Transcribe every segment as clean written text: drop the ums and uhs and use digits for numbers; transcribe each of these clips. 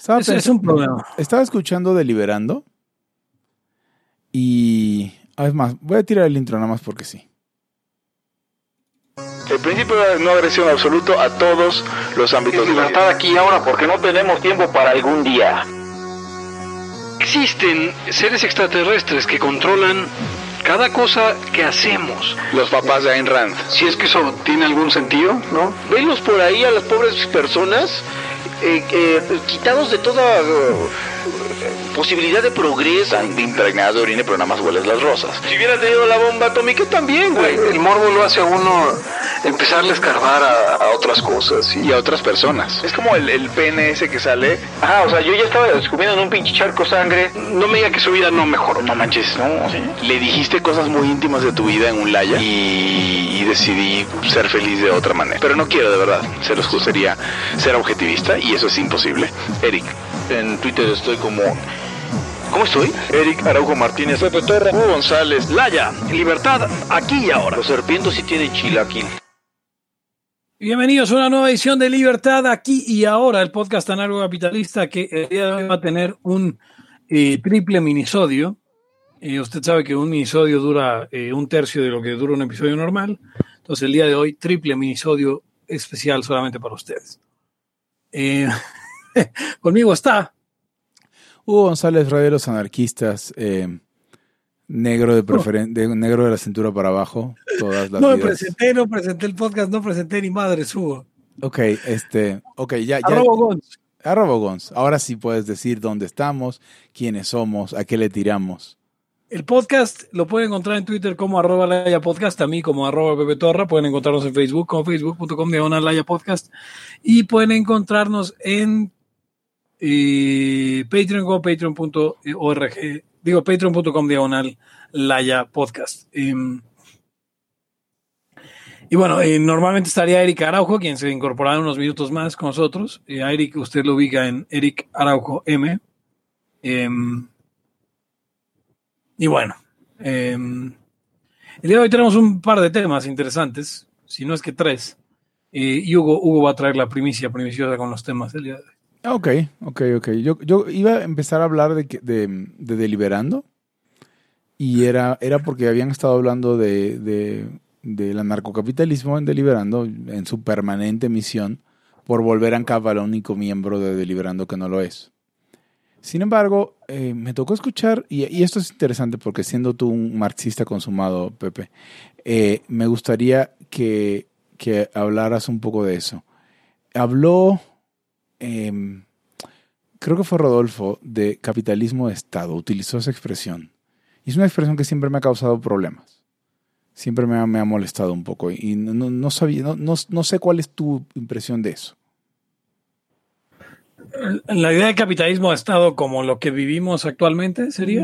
Es un problema. Estaba escuchando Deliberando y... Es más, voy a tirar el intro nada más porque sí. El principio de no agresión absoluto a todos los ámbitos de libertad aquí y ahora porque no tenemos tiempo para algún día. Existen seres extraterrestres que controlan cada cosa que hacemos. Los papás de Ayn Rand. Si es que eso tiene algún sentido, ¿no? Venlos por ahí a las pobres personas quitados de toda posibilidad de progreso. Están impregnados de orina, pero nada más hueles las rosas. Si hubiera tenido la bomba atómica también, güey. El morbo lo hace a uno empezarle a escarbar a otras cosas y a otras personas. Es como el pene ese que sale. Ajá, o sea, yo ya estaba descubriendo en un pinche charco sangre. No me diga que su vida no mejoró. No manches, no. ¿Sí? Le dijiste cosas muy íntimas de tu vida en un laya y decidí ser feliz de otra manera. Pero no quiero, de verdad. Se los gustaría ser objetivista y eso es imposible. Eric, en Twitter estoy como... ¿Cómo estoy? Eric Araujo Martínez, Pepe Torra, Hugo González, Laya, libertad, aquí y ahora. Los serpientes sí tienen chilaquil. Bienvenidos a una nueva edición de Libertad, aquí y ahora, el podcast anarcocapitalista que el día de hoy va a tener un triple minisodio. Usted sabe que un minisodio dura un tercio de lo que dura un episodio normal. Entonces el día de hoy, triple minisodio especial solamente para ustedes. Conmigo está Hugo González, Radio de los Anarquistas, negro negro de la cintura para abajo, todas las no vidas. No presenté el podcast, no presenté ni madres, Hugo. Ok, ya. Arroba Gonz. Ahora sí puedes decir dónde estamos, quiénes somos, a qué le tiramos. El podcast lo pueden encontrar en Twitter como @LayaPodcast, a mí como @Pepe Torra, pueden encontrarnos en Facebook como facebook.com/LayaPodcast y pueden encontrarnos en Patreon como patreon.org, patreon.com/LayaPodcast. Y bueno, normalmente estaría Eric Araujo, quien se incorporará en unos minutos más con nosotros. A Eric usted lo ubica en Eric Araujo M. Y bueno, el día de hoy tenemos un par de temas interesantes, si no es que tres. Y Hugo va a traer la primiciosa con los temas del día de hoy. Ok. Yo iba a empezar a hablar de Deliberando y era porque habían estado hablando del anarcocapitalismo en Deliberando en su permanente misión por volver a Ancap al único miembro de Deliberando que no lo es. Sin embargo, me tocó escuchar, y esto es interesante porque siendo tú un marxista consumado, Pepe, me gustaría que hablaras un poco de eso. Habló... creo que fue Rodolfo, de capitalismo de Estado, utilizó esa expresión. Y es una expresión que siempre me ha causado problemas. Siempre me ha molestado un poco. Y no sé cuál es tu impresión de eso. ¿La idea de capitalismo de Estado como lo que vivimos actualmente sería?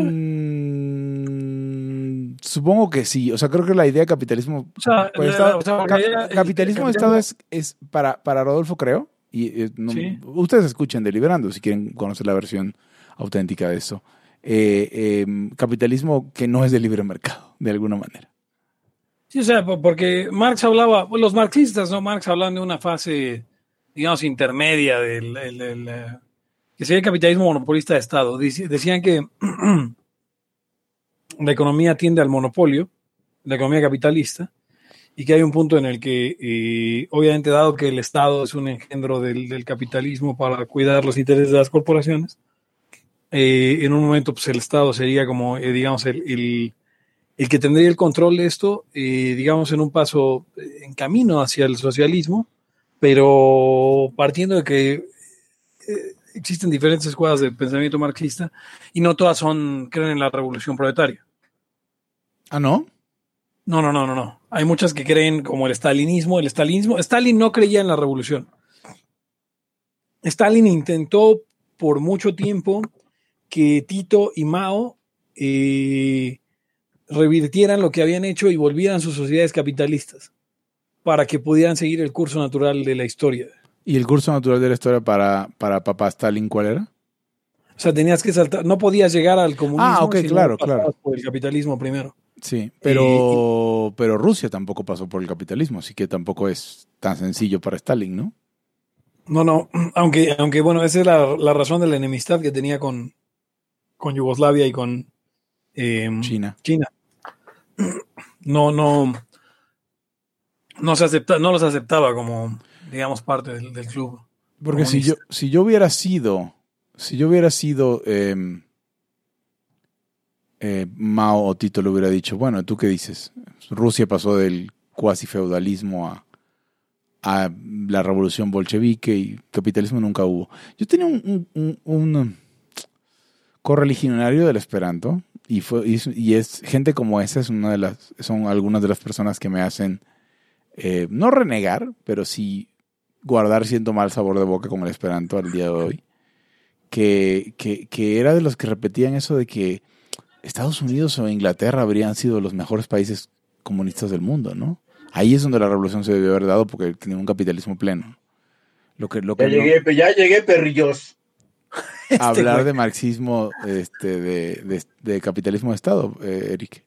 Supongo que sí. O sea, creo que la idea de capitalismo... capitalismo de Estado es para Rodolfo, creo. Y ¿sí? Ustedes escuchen Deliberando si quieren conocer la versión auténtica de eso. Capitalismo que no es de libre mercado, de alguna manera. Sí, o sea, porque Marx hablaba, los marxistas, ¿no? Marx hablan de una fase, digamos, intermedia del que sería el capitalismo monopolista de Estado. Decían que la economía tiende al monopolio, la economía capitalista, y que hay un punto en el que, obviamente, dado que el Estado es un engendro del capitalismo para cuidar los intereses de las corporaciones, en un momento pues el Estado sería como, digamos, el que tendría el control de esto, digamos, en un paso en camino hacia el socialismo, pero partiendo de que existen diferentes escuelas de pensamiento marxista y no todas creen en la revolución proletaria. ¿Ah, no? No. Hay muchas que creen como el stalinismo. Stalin no creía en la revolución. Stalin intentó por mucho tiempo que Tito y Mao revirtieran lo que habían hecho y volvieran sus sociedades capitalistas para que pudieran seguir el curso natural de la historia. ¿Y el curso natural de la historia para papá Stalin cuál era? O sea, tenías que saltar, no podías llegar al comunismo si claro. por el capitalismo primero. Sí, pero Rusia tampoco pasó por el capitalismo, así que tampoco es tan sencillo para Stalin, ¿no? No, aunque bueno, esa es la razón de la enemistad que tenía con Yugoslavia y con China. No no los aceptaba como, digamos, parte del club. Porque comunista. si yo hubiera sido Mao o Tito, le hubiera dicho, bueno, ¿tú qué dices? Rusia pasó del cuasi feudalismo a la revolución bolchevique y capitalismo nunca hubo. Yo tenía un correligionario del Esperanto y es gente como esa son algunas de las personas que me hacen no renegar, pero sí guardar cierto mal sabor de boca con el Esperanto al día de hoy, que era de los que repetían eso de que Estados Unidos o Inglaterra habrían sido los mejores países comunistas del mundo, ¿no? Ahí es donde la revolución se debió haber dado porque tenía un capitalismo pleno. Ya llegué, perrillos. Hablar de marxismo, de capitalismo de Estado, Eric.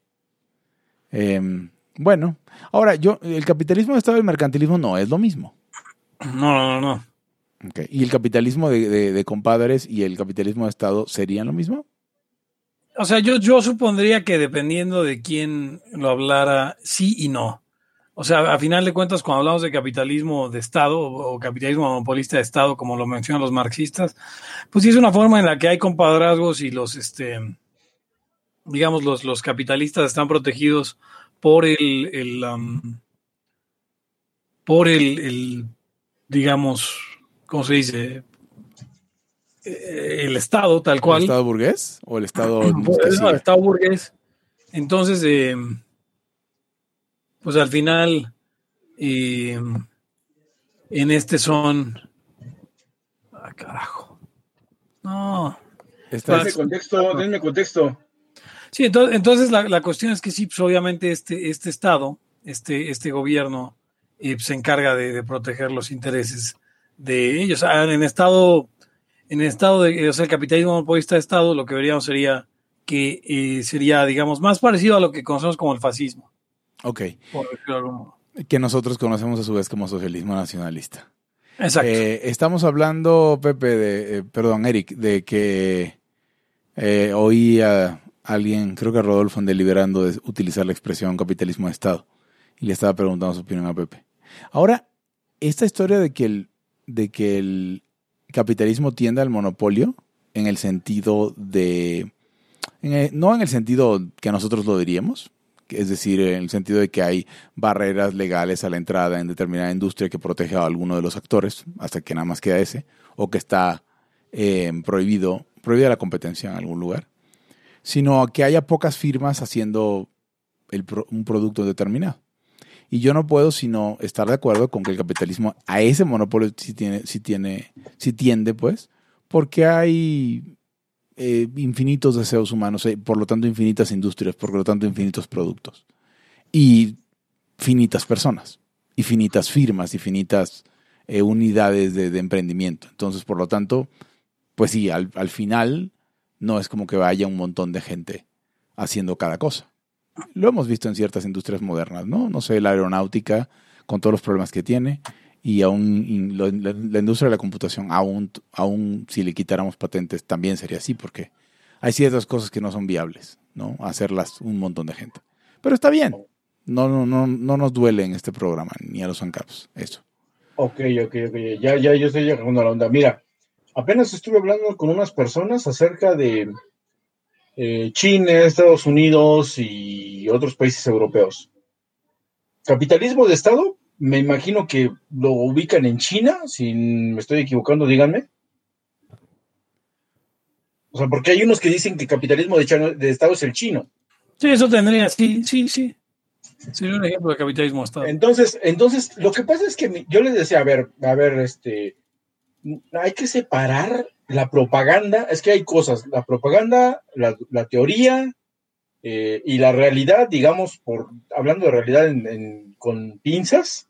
Bueno, ahora el capitalismo de Estado y el mercantilismo no es lo mismo. No. Okay. ¿Y el capitalismo de compadres y el capitalismo de Estado serían lo mismo? O sea, yo supondría que dependiendo de quién lo hablara, sí y no. O sea, a final de cuentas, cuando hablamos de capitalismo de Estado o capitalismo monopolista de Estado, como lo mencionan los marxistas, pues sí es una forma en la que hay compadrazgos y digamos, los capitalistas están protegidos por digamos, ¿cómo se dice? El Estado, tal cual. ¿El Estado burgués o el Estado el Estado burgués. Entonces, pues al final, en son... ¡Ah, carajo! No. Denme contexto. Sí, entonces la cuestión es que sí, pues obviamente este Estado, este gobierno, se encarga de proteger los intereses de ellos. En el estado o sea, el capitalismo monopolista de Estado, lo que veríamos sería que sería, digamos, más parecido a lo que conocemos como el fascismo. Ok. Por decirlo de algún modo. Que nosotros conocemos a su vez como socialismo nacionalista. Exacto. Estamos hablando, Pepe, Eric, de que oí a alguien, creo que a Rodolfo en Deliberando, de utilizar la expresión capitalismo de Estado. Y le estaba preguntando su opinión a Pepe. Ahora, esta historia de que el capitalismo tiende al monopolio, en el sentido no en el sentido que nosotros lo diríamos, es decir, en el sentido de que hay barreras legales a la entrada en determinada industria que protege a alguno de los actores, hasta que nada más queda ese, o que está prohibida la competencia en algún lugar, sino que haya pocas firmas haciendo un producto determinado. Y yo no puedo sino estar de acuerdo con que el capitalismo a ese monopolio sí tiende, pues, porque hay infinitos deseos humanos, por lo tanto infinitas industrias, por lo tanto infinitos productos. Y finitas personas, y finitas firmas, y finitas unidades de emprendimiento. Entonces, por lo tanto, pues sí, al final no es como que vaya un montón de gente haciendo cada cosa. Lo hemos visto en ciertas industrias modernas, ¿no? No sé, la aeronáutica, con todos los problemas que tiene, y aún la industria de la computación, aún si le quitáramos patentes, también sería así, porque hay ciertas cosas que no son viables, ¿no? Hacerlas un montón de gente. Pero está bien. No nos duele en este programa, ni a los ANCAPs, eso. Ok. Ya yo estoy llegando a la onda. Mira, apenas estuve hablando con unas personas acerca de China, Estados Unidos y otros países europeos. Capitalismo de Estado, me imagino que lo ubican en China, si me estoy equivocando, díganme. O sea, porque hay unos que dicen que capitalismo de Estado es el chino. Sí, eso tendría, sí. Sería un ejemplo de capitalismo de Estado. Entonces, lo que pasa es que yo les decía, a ver, hay que separar la propaganda. Es que hay cosas, la propaganda, la teoría y la realidad, digamos, hablando de realidad con pinzas,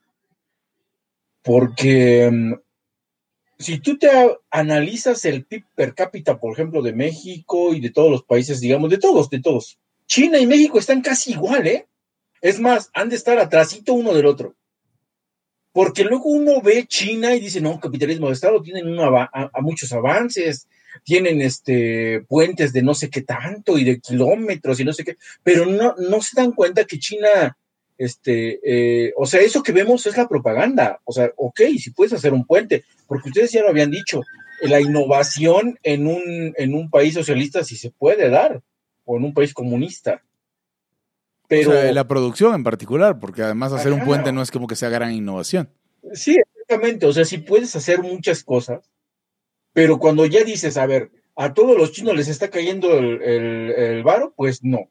porque si tú te analizas el PIB per cápita, por ejemplo, de México y de todos los países, digamos, de todos, China y México están casi igual, ¿eh? Es más, han de estar atrasito uno del otro. Porque luego uno ve China y dice, no, capitalismo de Estado, tienen a muchos avances, tienen puentes de no sé qué tanto y de kilómetros y no sé qué, pero no se dan cuenta que China, o sea, eso que vemos es la propaganda. O sea, ok, si puedes hacer un puente, porque ustedes ya lo habían dicho, la innovación en un país socialista sí se puede dar, o en un país comunista. Pero, o sea, la producción en particular, porque además hacer un ajá, puente no es como que sea gran innovación. sí, exactamente, o sea, sí puedes hacer muchas cosas, pero cuando ya dices, a ver, a todos los chinos les está cayendo el varo, pues no.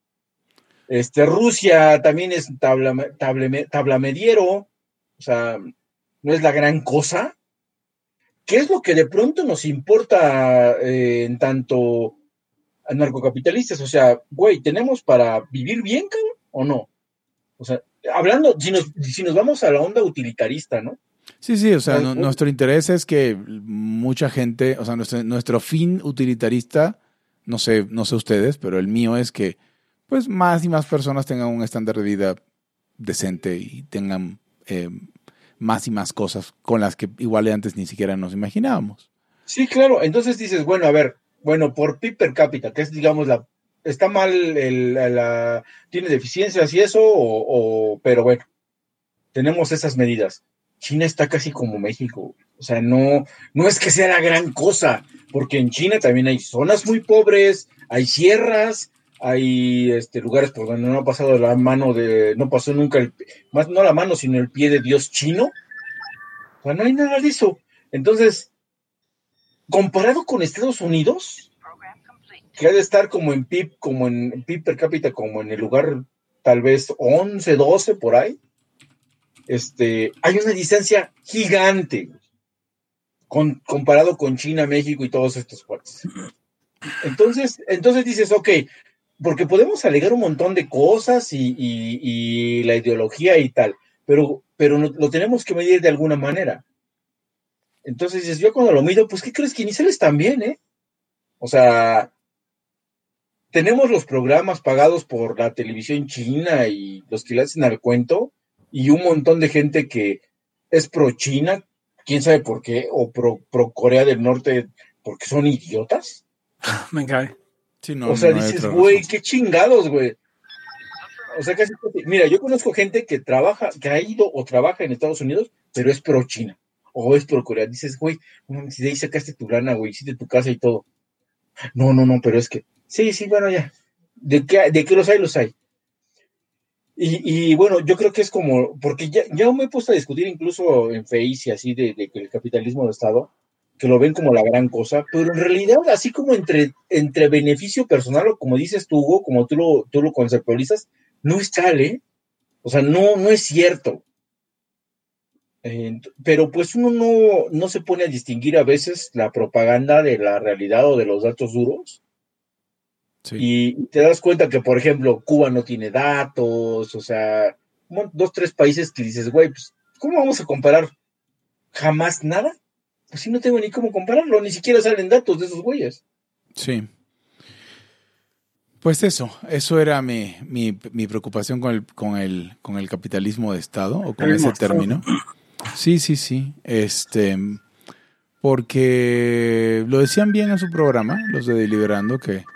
Rusia también es tablamediero, o sea, no es la gran cosa. ¿Qué es lo que de pronto nos importa en tanto narcocapitalistas? O sea, güey, ¿tenemos para vivir bien, cabrón, o no? O sea, hablando, si nos vamos a la onda utilitarista, ¿no? Sí, o sea, nuestro interés es que mucha gente, o sea, nuestro fin utilitarista, no sé ustedes, pero el mío es que pues más y más personas tengan un estándar de vida decente y tengan más y más cosas con las que igual antes ni siquiera nos imaginábamos. Sí, claro. Entonces dices, bueno, a ver, bueno, por PIB per cápita, que es, digamos, está mal, tiene deficiencias y eso, pero bueno, tenemos esas medidas. China está casi como México. O sea, no es que sea la gran cosa, porque en China también hay zonas muy pobres, hay sierras, hay lugares por donde no ha pasado no pasó nunca más no la mano, sino el pie de Dios chino. O sea, no hay nada de eso. Entonces, comparado con Estados Unidos, que ha de estar como en PIB per cápita, como en el lugar tal vez 11, 12 por ahí, hay una distancia gigante comparado con China, México y todos estos países. Entonces dices, ok, porque podemos alegar un montón de cosas y la ideología y tal, pero lo tenemos que medir de alguna manera. Entonces dices, yo cuando lo mido, pues, ¿qué crees? Que ni sales tan bien, ¿eh? O sea, tenemos los programas pagados por la televisión china y los que le hacen al cuento, y un montón de gente que es pro China, quién sabe por qué, o pro Corea del Norte, porque son idiotas. Me cae. Sí, no, o sea, no dices, güey, qué chingados, güey. O sea, casi, mira, yo conozco gente que ha ido o trabaja en Estados Unidos, pero es pro China, o es pro Corea. Dices, güey, si de ahí sacaste tu lana, güey, hiciste tu casa y todo. No, pero es que, sí, bueno, ya. ¿De qué los hay? Los hay. Y bueno, yo creo que es como, porque ya me he puesto a discutir incluso en Face y así de que el capitalismo de Estado, que lo ven como la gran cosa, pero en realidad así como entre beneficio personal, o como dices tú, Hugo, como tú lo conceptualizas, no es tal, ¿eh? O sea, no es cierto. Pero pues uno no se pone a distinguir a veces la propaganda de la realidad o de los datos duros. Sí. Y te das cuenta que, por ejemplo, Cuba no tiene datos, o sea, 2, 3 países que dices, güey, pues, ¿cómo vamos a comparar? ¿Jamás nada? Pues sí, no tengo ni cómo compararlo, ni siquiera salen datos de esos güeyes. Sí. Pues eso era mi preocupación con el capitalismo de Estado, o con ese término. Sí. Porque lo decían bien en su programa, los de Deliberando, que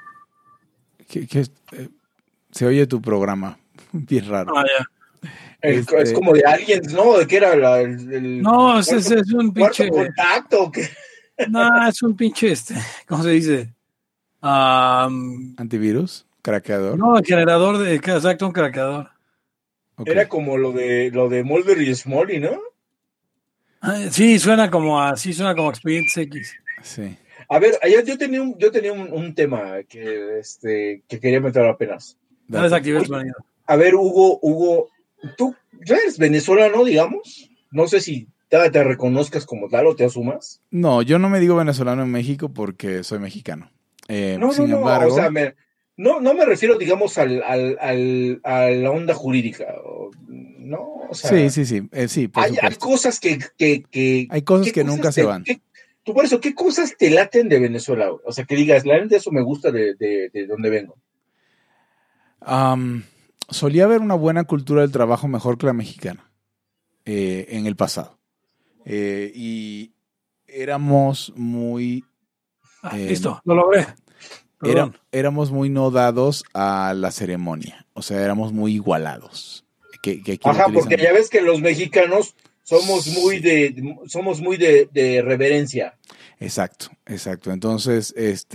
se oye tu programa bien raro. Ya. Es como de Aliens, ¿no? ¿De qué era? No, es un pinche contacto. No, es un pinche ¿cómo se dice? ¿Antivirus? ¿Craqueador? No, el generador exacto, un craqueador. Okay. Era como lo de Mulder y Scully, ¿no? Sí, suena como Expedientes X. Sí. A ver, ayer yo tenía un tema que quería meter apenas. No desactivé el sonido. A ver, Hugo, tú eres venezolano, digamos. No sé si te reconozcas como tal o te asumas. No, yo no me digo venezolano en México porque soy mexicano. Sin embargo, o sea, no me refiero, digamos, a la onda jurídica, ¿no? O sea, sí, por hay cosas que hay cosas que nunca se van. Tú por eso, ¿qué cosas te laten de Venezuela? O sea, que digas, la neta, eso me gusta de donde vengo. Solía haber una buena cultura del trabajo mejor que la mexicana. en el pasado. Y éramos muy... listo, lo logré. Éramos muy no dados a la ceremonia. O sea, éramos muy igualados. Que porque ya ves que los mexicanos somos muy de reverencia. Exacto. Entonces,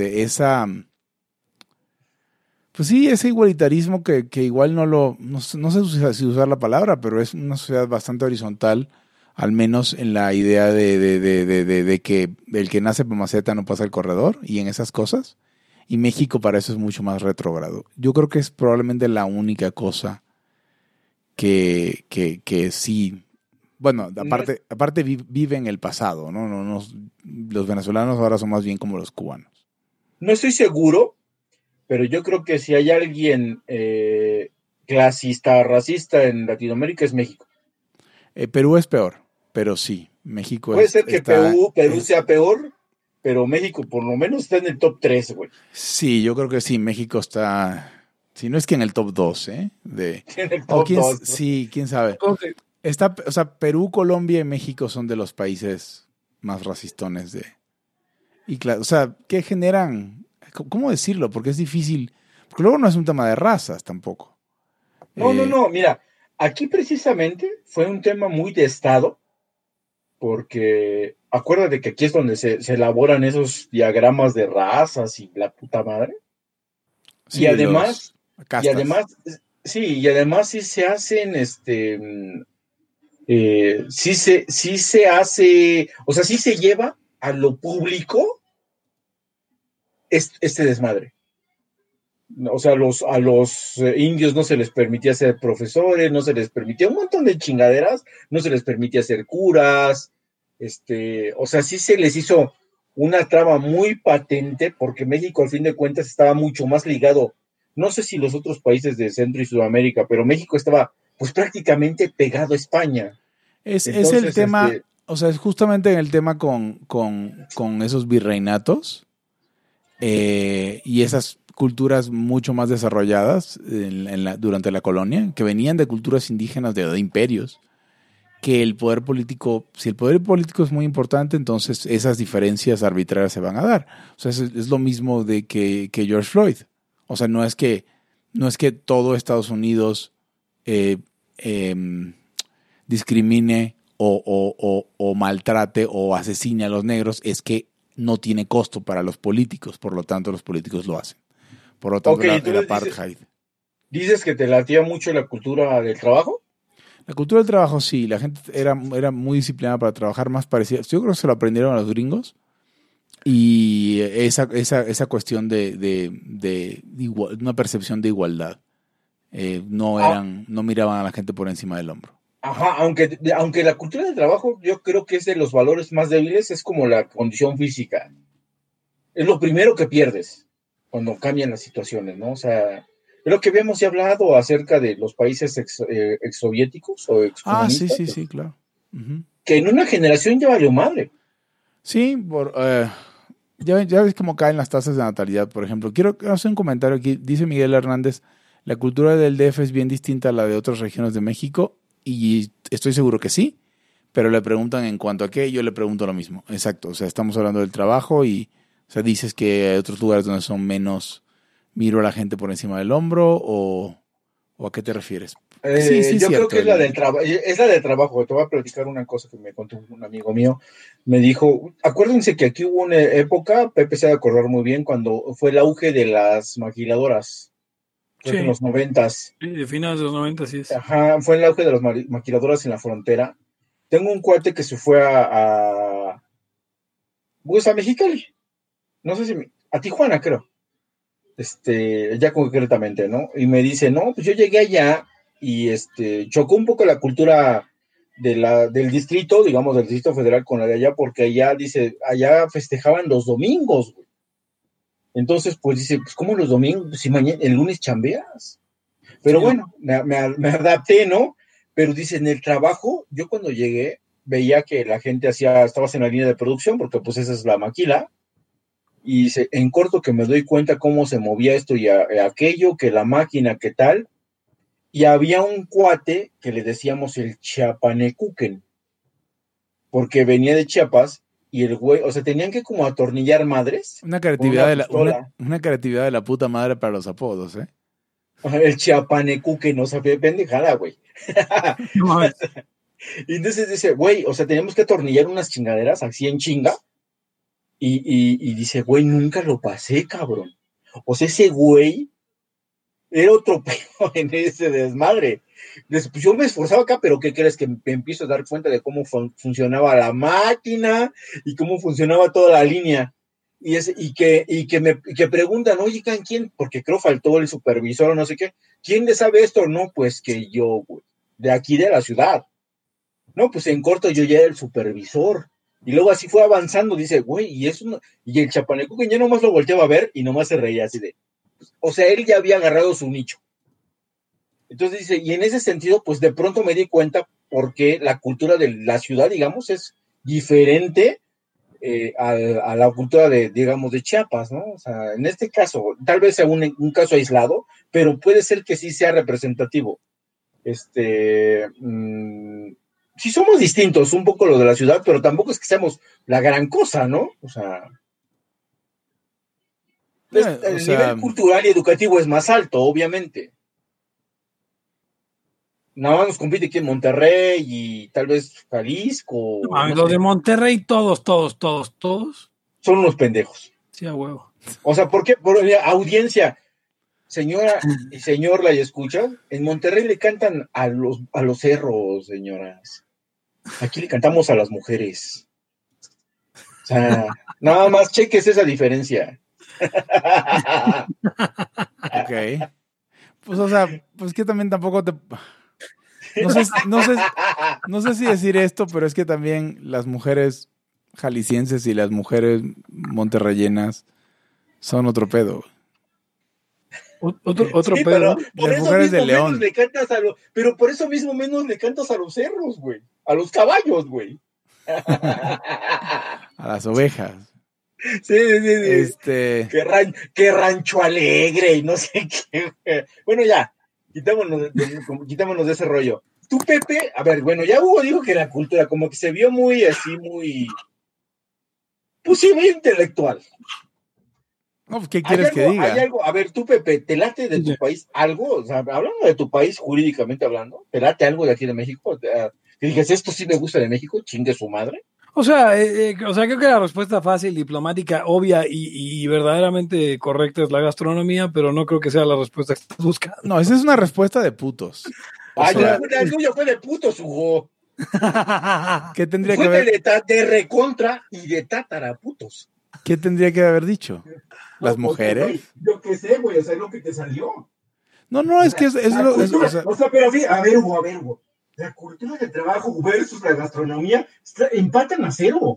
pues sí, ese igualitarismo que igual no sé si usar la palabra, pero es una sociedad bastante horizontal, al menos en la idea de que el que nace por maceta no pasa el corredor y en esas cosas. Y México para eso es mucho más retrógrado. Yo creo que es probablemente la única cosa que sí. Bueno, aparte vive en el pasado, ¿no? Los venezolanos ahora son más bien como los cubanos. No estoy seguro, pero yo creo que si hay alguien clasista, racista en Latinoamérica es México. Perú es peor, pero sí, México puede ser que Perú sea peor, pero México por lo menos está en el top 3, güey. Sí, yo creo que sí, México está, si no es que en el top 2, ¿eh? En el top 2. ¿No? Sí, quién sabe. Okay. O sea, Perú, Colombia y México son de los países más racistones y claro, o sea, ¿qué generan? ¿Cómo decirlo? Porque es difícil, porque luego no es un tema de razas tampoco. No, mira, aquí precisamente fue un tema muy de Estado, porque acuérdate que aquí es donde se elaboran esos diagramas de razas y la puta madre. Sí, y además sí se hacen sí se hace, o sea, sí se lleva a lo público este desmadre. O sea, a los indios no se les permitía ser profesores, no se les permitía un montón de chingaderas, no se les permitía ser curas, o sea, sí se les hizo una trama muy patente, porque México al fin de cuentas estaba mucho más ligado, no sé si los otros países de Centro y Sudamérica, pero México estaba pues prácticamente pegado a España. Entonces, es el tema, o sea, es justamente en el tema con esos virreinatos y esas culturas mucho más desarrolladas durante la colonia, que venían de culturas indígenas de imperios, que el poder político, si el poder político es muy importante, entonces esas diferencias arbitrarias se van a dar. O sea, es lo mismo de que George Floyd. O sea, no es que todo Estados Unidos discrimine o maltrate o asesine a los negros, es que no tiene costo para los políticos, por lo tanto los políticos lo hacen. Por lo tanto, el apartheid. ¿Dices que te latía mucho la cultura del trabajo? La cultura del trabajo, sí. La gente era muy disciplinada para trabajar, más parecida. Yo creo que se lo aprendieron a los gringos. Y esa cuestión de una percepción de igualdad. No miraban a la gente por encima del hombro. Ajá, aunque la cultura del trabajo yo creo que es de los valores más débiles, es como la condición física. Es lo primero que pierdes cuando cambian las situaciones, ¿no? O sea, es lo que habíamos ya hablado acerca de los países exsoviéticos o excomunistas. Sí, claro. Uh-huh. Que en una generación ya valió madre. Sí, ya ves cómo caen las tasas de natalidad, por ejemplo. Quiero hacer un comentario aquí. Dice Miguel Hernández, la cultura del DF es bien distinta a la de otras regiones de México, y estoy seguro que sí, pero le preguntan en cuanto a qué, yo le pregunto lo mismo. Exacto, o sea, estamos hablando del trabajo y, o sea, dices que hay otros lugares donde son menos, miro a la gente por encima del hombro, o ¿a qué te refieres? Sí, yo creo que es la del trabajo. Te voy a platicar una cosa que me contó un amigo mío. Me dijo, acuérdense que aquí hubo una época, Pepe se va a acordar muy bien, cuando fue el auge de las maquiladoras. Creo que en los 90s. Sí, de finales de los 90, sí es. Ajá, fue el auge de las maquiladoras en la frontera. Tengo un cuate que se fue a Mexicali. No sé si a Tijuana, creo. Ya concretamente, ¿no? Y me dice, no, pues yo llegué allá y chocó un poco la cultura del distrito, digamos, del Distrito Federal con la de allá, porque allá festejaban los domingos, güey. Entonces, pues dice, pues ¿cómo los domingos? Si mañana, el lunes chambeas. Pero sí, bueno, me adapté, ¿no? Pero dice, en el trabajo, yo cuando llegué, veía que la gente estabas en la línea de producción, porque pues esa es la maquila, y dice, en corto que me doy cuenta cómo se movía esto y aquello, que la máquina, que tal, Y había un cuate que le decíamos el Chiapanecuquen, porque venía de Chiapas y el güey, o sea, tenían que como atornillar madres Una con creatividad una pistola. una creatividad de la puta madre para los apodos, ¿eh? El Chiapanecuquen, no sabía pendejada, güey. No mames. Y entonces dice, güey, o sea, tenemos que atornillar unas chingaderas así en chinga. Y dice, güey, nunca lo pasé, cabrón. O sea, ese güey era otro pedo en ese desmadre. Pues yo me esforzaba acá, pero ¿qué crees? Que me empiezo a dar cuenta de cómo funcionaba la máquina y cómo funcionaba toda la línea. Y que preguntan, oye, ¿quién? Porque creo faltó el supervisor o no sé qué. ¿Quién le sabe esto? No, pues que yo, güey, de aquí de la ciudad. No, pues en corto yo ya era el supervisor. Y luego así fue avanzando, dice, güey, y eso no... Y el chapaneco que ya nomás lo volteaba a ver y nomás se reía así de... O sea, él ya había agarrado su nicho. Entonces dice, y en ese sentido, pues de pronto me di cuenta porque la cultura de la ciudad, digamos, es diferente a la cultura de, digamos, de Chiapas, ¿no? O sea, en este caso, tal vez sea un caso aislado, pero puede ser que sí sea representativo. Sí somos distintos un poco lo de la ciudad, pero tampoco es que seamos la gran cosa, ¿no? O sea, el nivel cultural y educativo es más alto, obviamente. Nada más nos compite aquí en Monterrey y tal vez Jalisco. No, los de Monterrey, todos. Son unos pendejos. Sí, a huevo. O sea, ¿por qué? Por audiencia, señora y señor, ¿la escuchan? En Monterrey le cantan a los cerros, señoras. Aquí le cantamos a las mujeres. O sea, nada más cheques esa diferencia. Ok. Pues, o sea, pues que también tampoco te... No sé si decir esto, pero es que también las mujeres jaliscienses y las mujeres monterreyenas son otro pedo. Otro sí, pedo. Por las eso mujeres mismo de León. menos le cantas pero por eso mismo menos le cantas a los cerros, güey. A los caballos, güey. A las ovejas. Sí. Qué rancho alegre y no sé qué. Bueno, ya, quitámonos de ese rollo. Tú, Pepe, a ver, bueno, ya Hugo dijo que la cultura como que se vio muy así, pues sí, muy intelectual. No, pues, ¿qué quieres que diga? Hay algo, a ver, tú, Pepe, ¿te late de tu país algo? O sea, hablando de tu país jurídicamente hablando, ¿te late algo de aquí de México? Que digas, esto sí me gusta de México, chingue su madre. O sea, creo que la respuesta fácil, diplomática, obvia y verdaderamente correcta es la gastronomía, pero no creo que sea la respuesta que estás buscando. No, esa es una respuesta de putos. El tuyo fue de putos, Hugo. ¿Qué tendría que haber? De recontra y de tataraputos. ¿Qué tendría que haber dicho? ¿Las mujeres? Güey, yo qué sé, güey, o sea, es lo que te salió. No, es que es lo... O sea, pero sí, a ver, Hugo. La cultura del trabajo versus la gastronomía empatan a cero.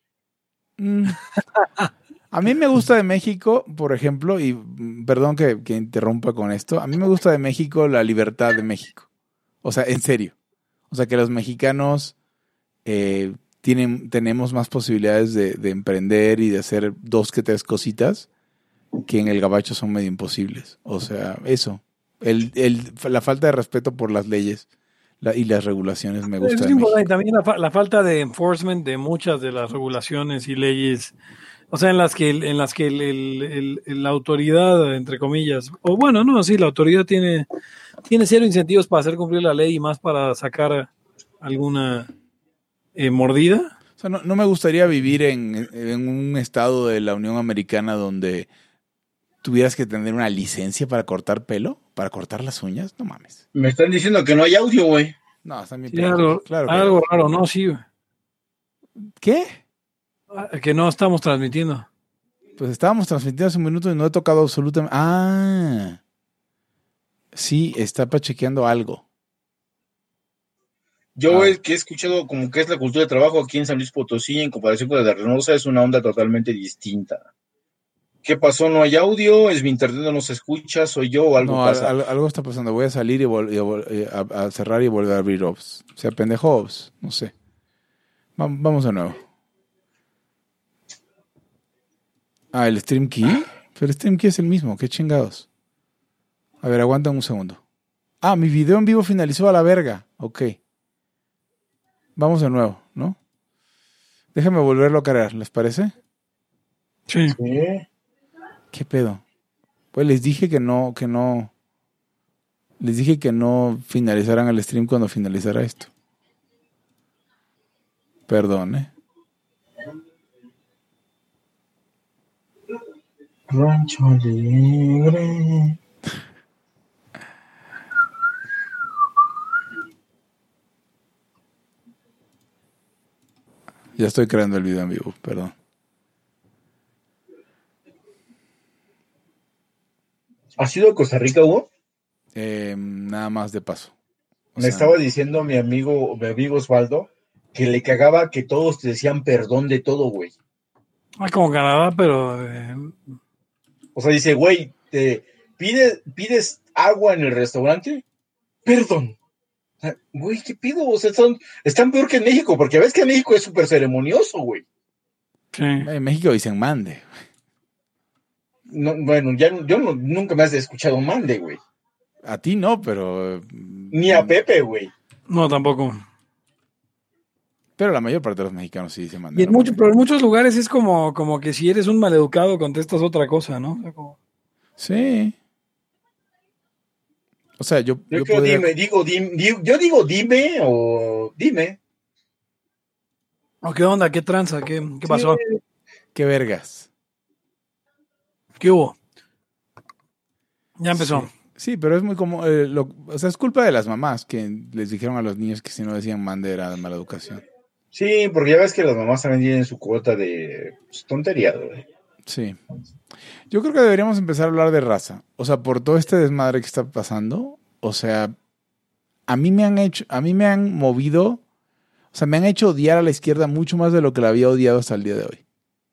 A mí me gusta de México, por ejemplo, y perdón que interrumpa con esto, a mí me gusta de México la libertad de México. O sea, en serio. O sea, que los mexicanos tenemos más posibilidades de emprender y de hacer 2 que 3 cositas que en el gabacho son medio imposibles. O sea, eso. La falta de respeto por las leyes y las regulaciones me gusta de México. Y también la falta de enforcement de muchas de las regulaciones y leyes, o sea, en las que la autoridad, entre comillas, o bueno, no, sí, la autoridad tiene 0 incentivos para hacer cumplir la ley y más para sacar alguna mordida. O sea, no me gustaría vivir en un estado de la Unión Americana donde tuvieras que tener una licencia para cortar pelo, para cortar las uñas. No mames. Me están diciendo que no hay audio, güey. No, está bien. Sí, algo raro, ¿no? Sí. ¿Qué? Que no estamos transmitiendo. Pues estábamos transmitiendo hace un minuto y no he tocado absolutamente... Ah. Sí, está pachequeando algo. Yo el que he escuchado como que es la cultura de trabajo aquí en San Luis Potosí en comparación con la de Reynosa es una onda totalmente distinta. ¿Qué pasó? ¿No hay audio? ¿Es mi internet no se escucha? ¿Soy yo o algo pasa? Algo está pasando. Voy a salir a cerrar y volver a abrir OBS. O sea, pendejo OBS. No sé. Vamos de nuevo. ¿El Stream Key? Pero el Stream Key es el mismo. ¿Qué chingados? A ver, aguanta un segundo. Mi video en vivo finalizó a la verga. Ok. Vamos de nuevo, ¿no? Déjame volverlo a cargar, ¿les parece? Sí. ¿Qué pedo? Pues les dije que no. Les dije que no finalizaran el stream cuando finalizara esto. Perdón, Rancho Alegre. Ya estoy creando el video en vivo, perdón. ¿Has ido a Costa Rica, Hugo? Nada más de paso. Me estaba diciendo mi amigo Osvaldo que le cagaba que todos te decían perdón de todo, güey. Como Canadá, pero... O sea, dice, güey, te pides agua en el restaurante, perdón. O sea, güey, ¿qué pido? O sea, están peor que en México, porque ves que en México es súper ceremonioso, güey. Sí. En México dicen mande. No, bueno, nunca me has escuchado mande, güey. A ti no, pero... Ni a Pepe, güey. No, tampoco. Pero la mayor parte de los mexicanos sí dicen mande. Pero en muchos lugares es como que si eres un maleducado contestas otra cosa, ¿no? O sea, Sí. O sea, yo podría... yo digo dime o dime. ¿Qué onda? ¿Qué tranza? ¿Qué pasó? Qué vergas. ¿Qué hubo? Ya empezó. Sí, pero es muy como... o sea, es culpa de las mamás que les dijeron a los niños que si no decían mande era de mala educación. Sí, porque ya ves que las mamás también tienen su cuota de tontería, güey. Sí. Yo creo que deberíamos empezar a hablar de raza. O sea, por todo este desmadre que está pasando. O sea, a mí me han movido... O sea, me han hecho odiar a la izquierda mucho más de lo que la había odiado hasta el día de hoy.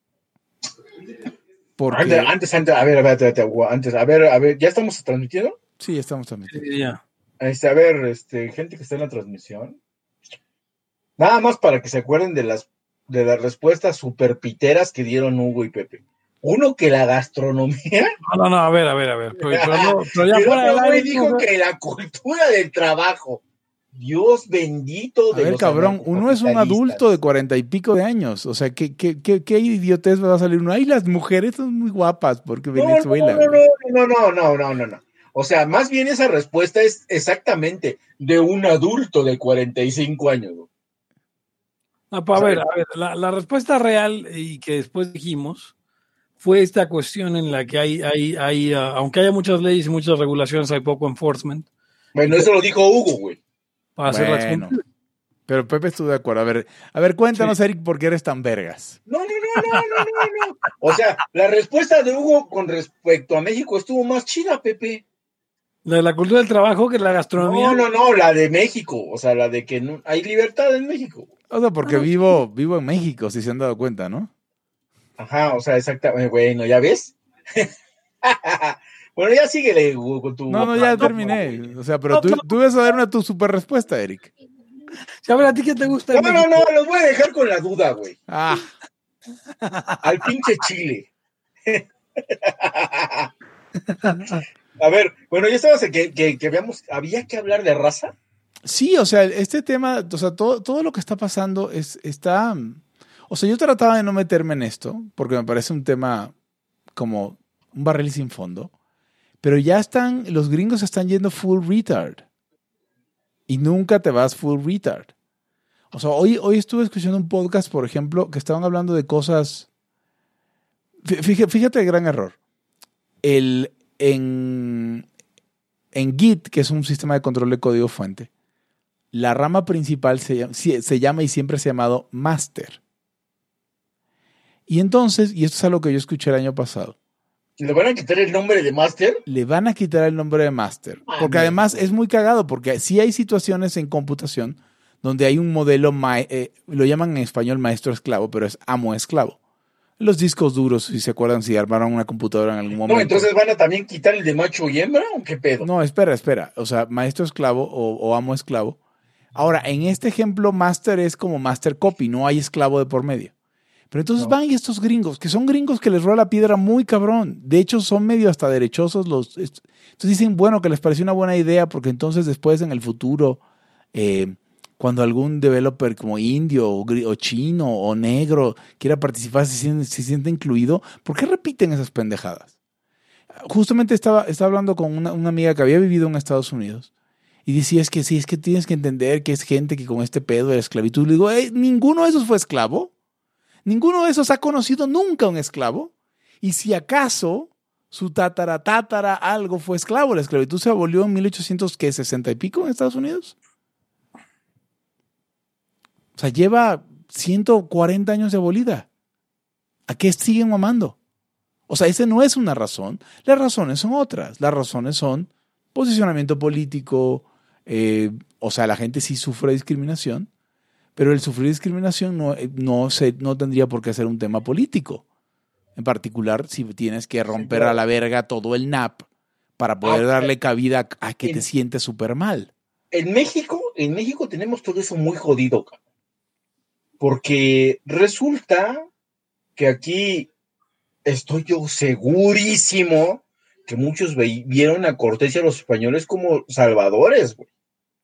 Porque... Antes, a ver, ¿ya estamos transmitiendo? Sí, ya estamos transmitiendo. Sí, ya. A ver, gente que está en la transmisión. Nada más para que se acuerden de las respuestas super piteras que dieron Hugo y Pepe. Uno, que la gastronomía. No, a ver. Pero ya fuera del aire dijo que la cultura del trabajo. Dios bendito de los cabrón, uno es un adulto de 40 y pico de años. O sea, ¿qué idiotez va a salir uno? Ay, las mujeres son muy guapas porque Venezuela. No. O sea, más bien esa respuesta es exactamente de un adulto de 45 años. No, a ver, la respuesta real y que después dijimos fue esta cuestión en la que hay aunque haya muchas leyes y muchas regulaciones, hay poco enforcement. Bueno, eso lo dijo Hugo, güey. Para hacer las cosas. Pero Pepe estuvo de acuerdo. A ver, cuéntanos, sí. Eric, ¿por qué eres tan vergas? No. O sea, la respuesta de Hugo con respecto a México estuvo más chida, Pepe. La de la cultura del trabajo que la gastronomía. No, la de México. O sea, la de que no, hay libertad en México. O sea, porque vivo en México, si se han dado cuenta, ¿no? Ajá, o sea, exactamente. Bueno, ¿ya ves? Bueno, ya síguele, Hugo, con tu... No, ya terminé. O sea, pero tú vas a dar tu super respuesta, Eric. A ver, ¿a ti qué te gusta? No, los voy a dejar con la duda, güey. Al pinche Chile. A ver, bueno, ya estabas que había que hablar de raza. Sí, o sea, este tema, o sea, todo lo que está pasando está... O sea, yo trataba de no meterme en esto, porque me parece un tema como un barril sin fondo, pero los gringos están yendo full retard. Y nunca te vas full retard. O sea, hoy estuve escuchando un podcast, por ejemplo, que estaban hablando de cosas... Fíjate el gran error. En Git, que es un sistema de control de código fuente, la rama principal se llama y siempre se ha llamado master. Y entonces, y esto es algo que yo escuché el año pasado, ¿le van a quitar el nombre de master? Le van a quitar el nombre de master. Porque además es muy cagado, porque sí hay situaciones en computación donde hay un modelo, lo llaman en español maestro-esclavo, pero es amo-esclavo. Los discos duros, si se acuerdan, si armaron una computadora en algún momento. No, entonces van a también quitar el de macho y hembra, ¿o qué pedo? No, espera. O sea, maestro-esclavo o amo-esclavo. Ahora, en este ejemplo, master es como master copy, no hay esclavo de por medio. Pero entonces van y estos gringos, que son gringos que les rola la piedra muy cabrón. De hecho, son medio hasta derechosos. Entonces dicen, bueno, que les pareció una buena idea porque entonces después en el futuro, cuando algún developer como indio o chino o negro quiera participar, se siente incluido. ¿Por qué repiten esas pendejadas? Justamente estaba hablando con una amiga que había vivido en Estados Unidos y decía, es que tienes que entender que es gente que con este pedo de la esclavitud. Le digo, ninguno de esos fue esclavo. Ninguno de esos ha conocido nunca a un esclavo. Y si acaso su tatara algo fue esclavo. La esclavitud se abolió en 1860 y pico en Estados Unidos. O sea, lleva 140 años de abolida. ¿A qué siguen mamando? O sea, esa no es una razón. Las razones son otras. Las razones son posicionamiento político. O sea, la gente sí sufre discriminación. Pero el sufrir discriminación no tendría por qué ser un tema político. En particular, si tienes que romper a la verga todo el NAP para poder darle cabida a que te sientes súper mal. En México tenemos todo eso muy jodido. Porque resulta que aquí estoy yo segurísimo que muchos vieron a Cortés y a los españoles como salvadores, güey.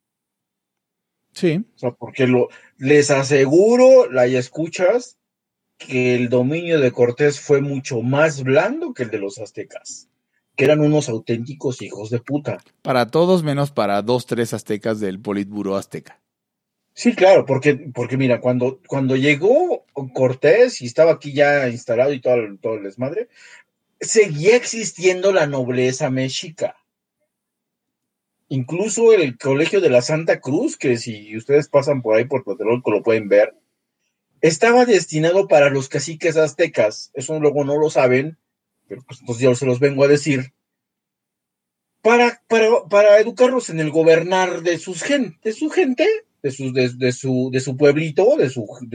Sí. O sea, porque les aseguro, la escuchas, que el dominio de Cortés fue mucho más blando que el de los aztecas, que eran unos auténticos hijos de puta. Para todos menos para 2-3 aztecas del Politburó azteca. Sí, claro, porque mira, cuando llegó Cortés y estaba aquí ya instalado y todo el desmadre, seguía existiendo la nobleza mexica. Incluso el Colegio de la Santa Cruz, que si ustedes pasan por ahí por Tlatelolco lo pueden ver, estaba destinado para los caciques aztecas. Eso luego no lo saben, pero pues entonces yo se los vengo a decir. Para educarlos en el gobernar de su gente, de su pueblito, de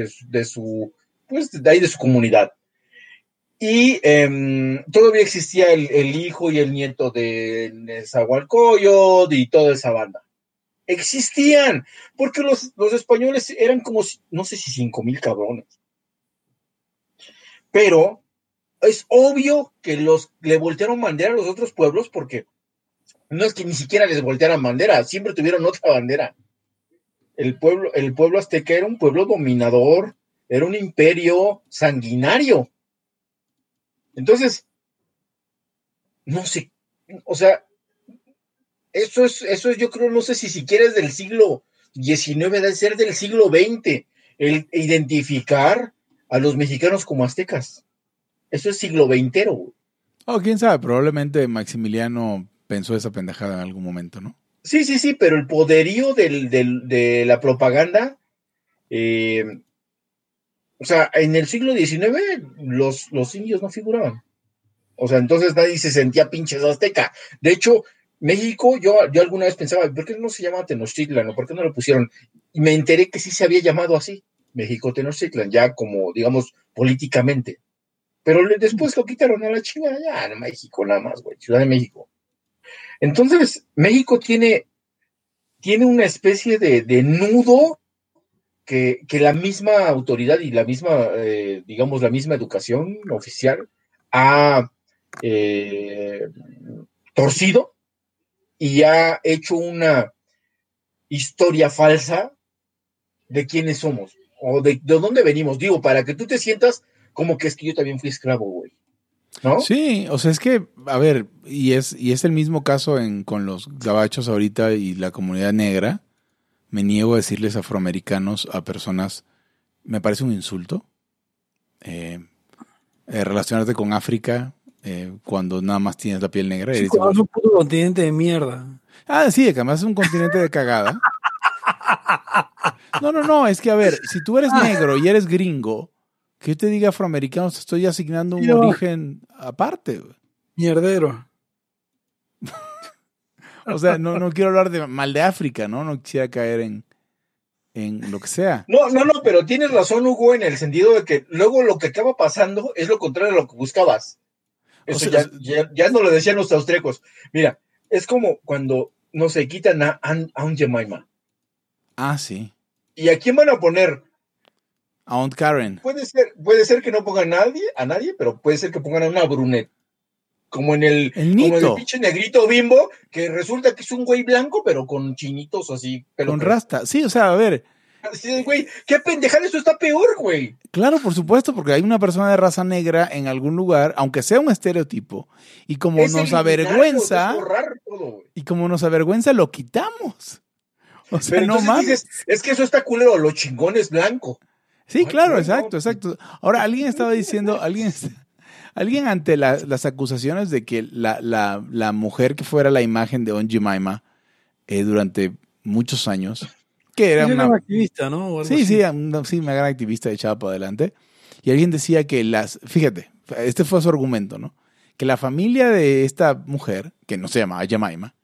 ahí de su comunidad. Y todavía existía el hijo y el nieto de Nezahualcóyotl y toda esa banda. Existían, porque los españoles eran como, no sé si 5,000 cabrones. Pero es obvio que le voltearon bandera a los otros pueblos, porque no es que ni siquiera les voltearan bandera, siempre tuvieron otra bandera. El pueblo azteca era un pueblo dominador, era un imperio sanguinario. Entonces, no sé, o sea, eso es, yo creo, no sé si siquiera es del siglo XIX, debe ser del siglo XX, el identificar a los mexicanos como aztecas. Eso es siglo XX. Oh, quién sabe, probablemente Maximiliano pensó esa pendejada en algún momento, ¿no? Sí, pero el poderío de la propaganda, o sea, en el siglo XIX los indios no figuraban. O sea, entonces nadie se sentía pinches azteca. De hecho, México, yo alguna vez pensaba, ¿por qué no se llama Tenochtitlan? ¿O por qué no lo pusieron? Y me enteré que sí se había llamado así, México Tenochtitlan, ya como, digamos, políticamente. Pero después lo quitaron a la chingada, ya, en México nada más, güey, Ciudad de México. Entonces, México tiene una especie de nudo que la misma autoridad y la misma, digamos, la misma educación oficial ha torcido y ha hecho una historia falsa de quiénes somos o de dónde venimos. Digo, para que tú te sientas como que es que yo también fui esclavo, güey. ¿No? Sí, o sea, es que, a ver, y es el mismo caso con los gabachos ahorita y la comunidad negra. Me niego a decirles afroamericanos a personas, me parece un insulto. Relacionarte con África cuando nada más tienes la piel negra. Sí, es un puto continente de mierda. Ah, sí, que además es un continente de cagada. No, es que a ver, si tú eres negro y eres gringo, que yo te diga afroamericano, te estoy asignando un origen aparte. Mierdero. O sea, no quiero hablar mal de África, ¿no? No quisiera caer en lo que sea. No, pero tienes razón, Hugo, en el sentido de que luego lo que acaba pasando es lo contrario a lo que buscabas. Eso, o sea, ya no lo decían los austríacos. Mira, es como cuando, no se quitan a un Jemima. Ah, sí. ¿Y a quién van a poner? Aunt Karen. Puede ser que no pongan a nadie, pero puede ser que pongan a una brunette. Como en el pinche negrito Bimbo, que resulta que es un güey blanco, pero con chinitos así. Con rasta. Sí, o sea, a ver. Sí, güey, qué pendejada, eso está peor, güey. Claro, por supuesto, porque hay una persona de raza negra en algún lugar, aunque sea un estereotipo, y como nos avergüenza, lo quitamos. O sea, pero no mames. Es que eso está culero, lo chingón es blanco. Sí, ay, claro, exacto. Ahora, alguien estaba diciendo, alguien ante las acusaciones de que la mujer que fuera la imagen de Aunt Jemima durante muchos años, que era una activista, ¿no? Sí, una gran activista echada para adelante. Y alguien decía que fíjate, este fue su argumento, ¿no? Que la familia de esta mujer, que no se llamaba Jemima,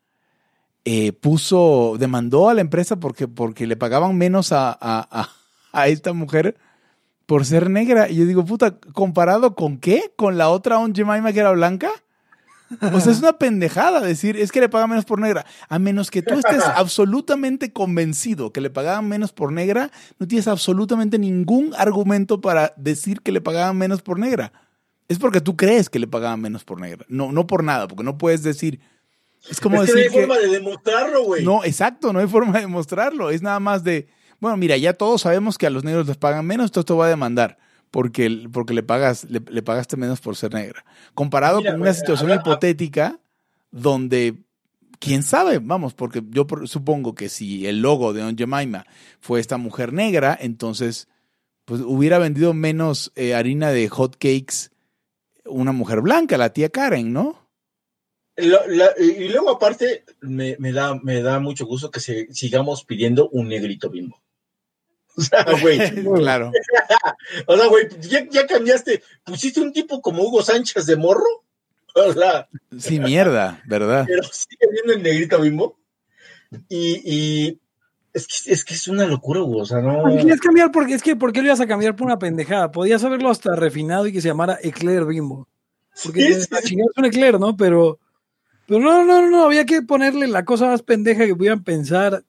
demandó a la empresa porque le pagaban menos a esta mujer por ser negra. Y yo digo, puta, ¿comparado con qué? ¿Con la otra Aunt Jemima que era blanca? O sea, es una pendejada decir, es que le pagan menos por negra. A menos que tú estés absolutamente convencido que le pagaban menos por negra, no tienes absolutamente ningún argumento para decir que le pagaban menos por negra. Es porque tú crees que le pagaban menos por negra. No por nada, porque no puedes decir... Es como decir no hay forma de demostrarlo, güey. No, exacto, no hay forma de demostrarlo. Es nada más de, bueno, mira, ya todos sabemos que a los negros les pagan menos, entonces te voy a demandar. Porque le pagaste menos por ser negra. Comparado con una situación hipotética donde, quién sabe, vamos, porque yo supongo que si el logo de Aunt Jemima fue esta mujer negra, entonces pues hubiera vendido menos harina de hot cakes una mujer blanca, la tía Karen, ¿no? Y luego aparte me da mucho gusto que sigamos pidiendo un negrito Bimbo. O sea, güey. Claro. O sea, güey, ya cambiaste. ¿Pusiste un tipo como Hugo Sánchez de morro? O sea. Sí, mierda, ¿verdad? Pero sigue viendo el negrito Bimbo. Y es que es una locura, Hugo. O sea, no. ¿Quieres cambiar? ¿Por qué lo ibas a cambiar por una pendejada? Podías haberlo hasta refinado y que se llamara Eclair Bimbo. Porque es un Eclair, ¿no? Pero no. Había que ponerle la cosa más pendeja que pudieran pensar.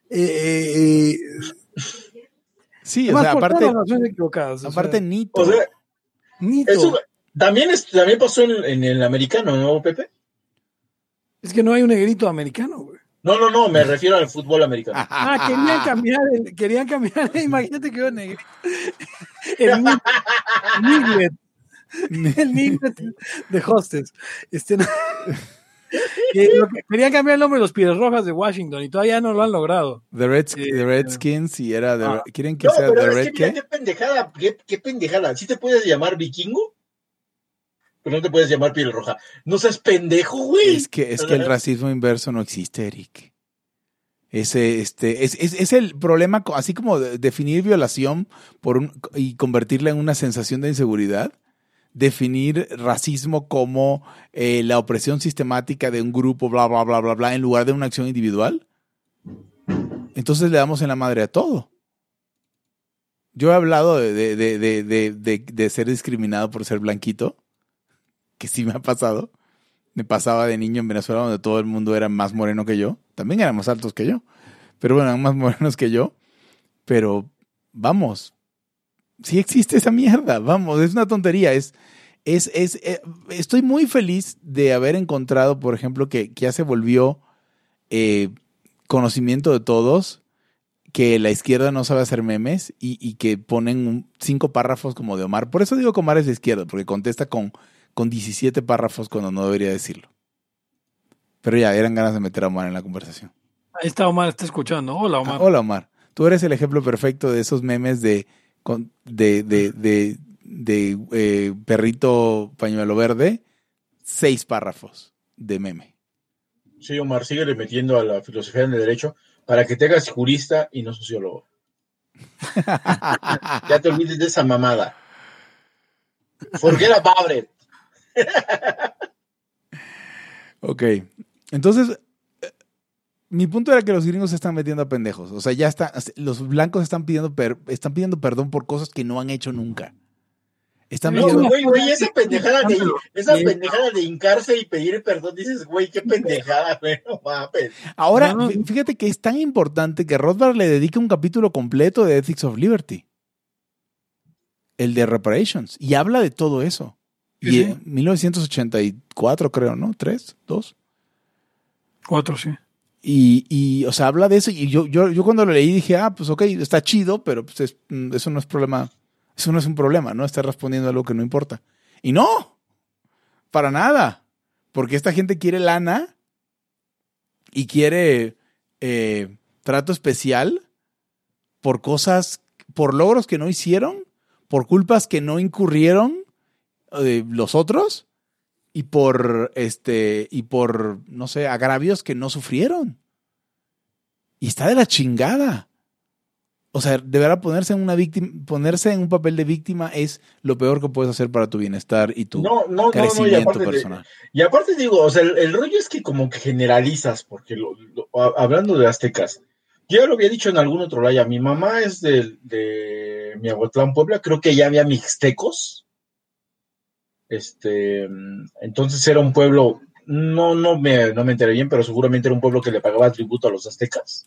Sí, o sea, aparte Nito. O sea, Nito. Eso también pasó en el americano, ¿no, Pepe? Es que no hay un negrito americano, güey. No, me refiero al fútbol americano. Querían cambiar, imagínate que yo negrito. El Niglet de Hostess. Querían cambiar el nombre de los Pieles Rojas de Washington y todavía no lo han logrado. The Redskins y era quieren que sea The Red ¿qué? Qué pendejada. ¿Sí te puedes llamar vikingo? Pero no te puedes llamar Piel Roja. No seas pendejo, güey. Es que el racismo inverso no existe, Eric. Es el problema, así como definir violación y convertirla en una sensación de inseguridad. Definir racismo como la opresión sistemática de un grupo, bla, bla, bla, bla, bla, en lugar de una acción individual. Entonces le damos en la madre a todo. Yo he hablado de ser discriminado por ser blanquito, que sí me ha pasado. Me pasaba de niño en Venezuela, donde todo el mundo era más moreno que yo. También eran más altos que yo, pero bueno, eran más morenos que yo. Pero, vamos... Sí existe esa mierda, vamos, es una tontería. Estoy muy feliz de haber encontrado, por ejemplo, que ya se volvió conocimiento de todos, que la izquierda no sabe hacer memes y que ponen 5 párrafos como de Omar. Por eso digo que Omar es de izquierda, porque contesta con 17 párrafos cuando no debería decirlo. Pero ya, eran ganas de meter a Omar en la conversación. Ahí está Omar, está escuchando. Hola, Omar. Hola, Omar. Tú eres el ejemplo perfecto de esos memes de perrito pañuelo verde, 6 párrafos de meme. Sí, Omar, síguele metiendo a la filosofía del derecho para que te hagas jurista y no sociólogo. Ya te olvides de esa mamada. Forget about it. Ok, entonces mi punto era que los gringos se están metiendo a pendejos. O sea, ya los blancos están pidiendo perdón por cosas que no han hecho nunca. Güey, esa pendejada de hincarse y pedir perdón, dices, güey, qué pendejada, güey, no mames. Ahora, fíjate que es tan importante que Rothbard le dedica un capítulo completo de Ethics of Liberty. el de Reparations, y habla de todo eso. Y Sí. en 1984, creo, ¿no? ¿3? ¿2? 4, sí. Y o sea, habla de eso. Y yo cuando lo leí dije, pues ok, está chido, pero pues eso no es problema. Eso no es un problema, ¿no? Está respondiendo a algo que no importa. Y no, para nada. Porque esta gente quiere lana y quiere trato especial por cosas, por logros que no hicieron, por culpas que no incurrieron los otros. Y por, no sé, agravios que no sufrieron. Y está de la chingada. O sea, de verdad ponerse en un papel de víctima es lo peor que puedes hacer para tu bienestar y tu crecimiento personal. Y aparte digo, o sea, el rollo es que como que generalizas, porque hablando de aztecas, yo ya lo había dicho en algún otro laya, mi mamá es de Miahuatlán, Puebla, creo que ya había mixtecos. Entonces era un pueblo, no me enteré bien, pero seguramente era un pueblo que le pagaba tributo a los aztecas.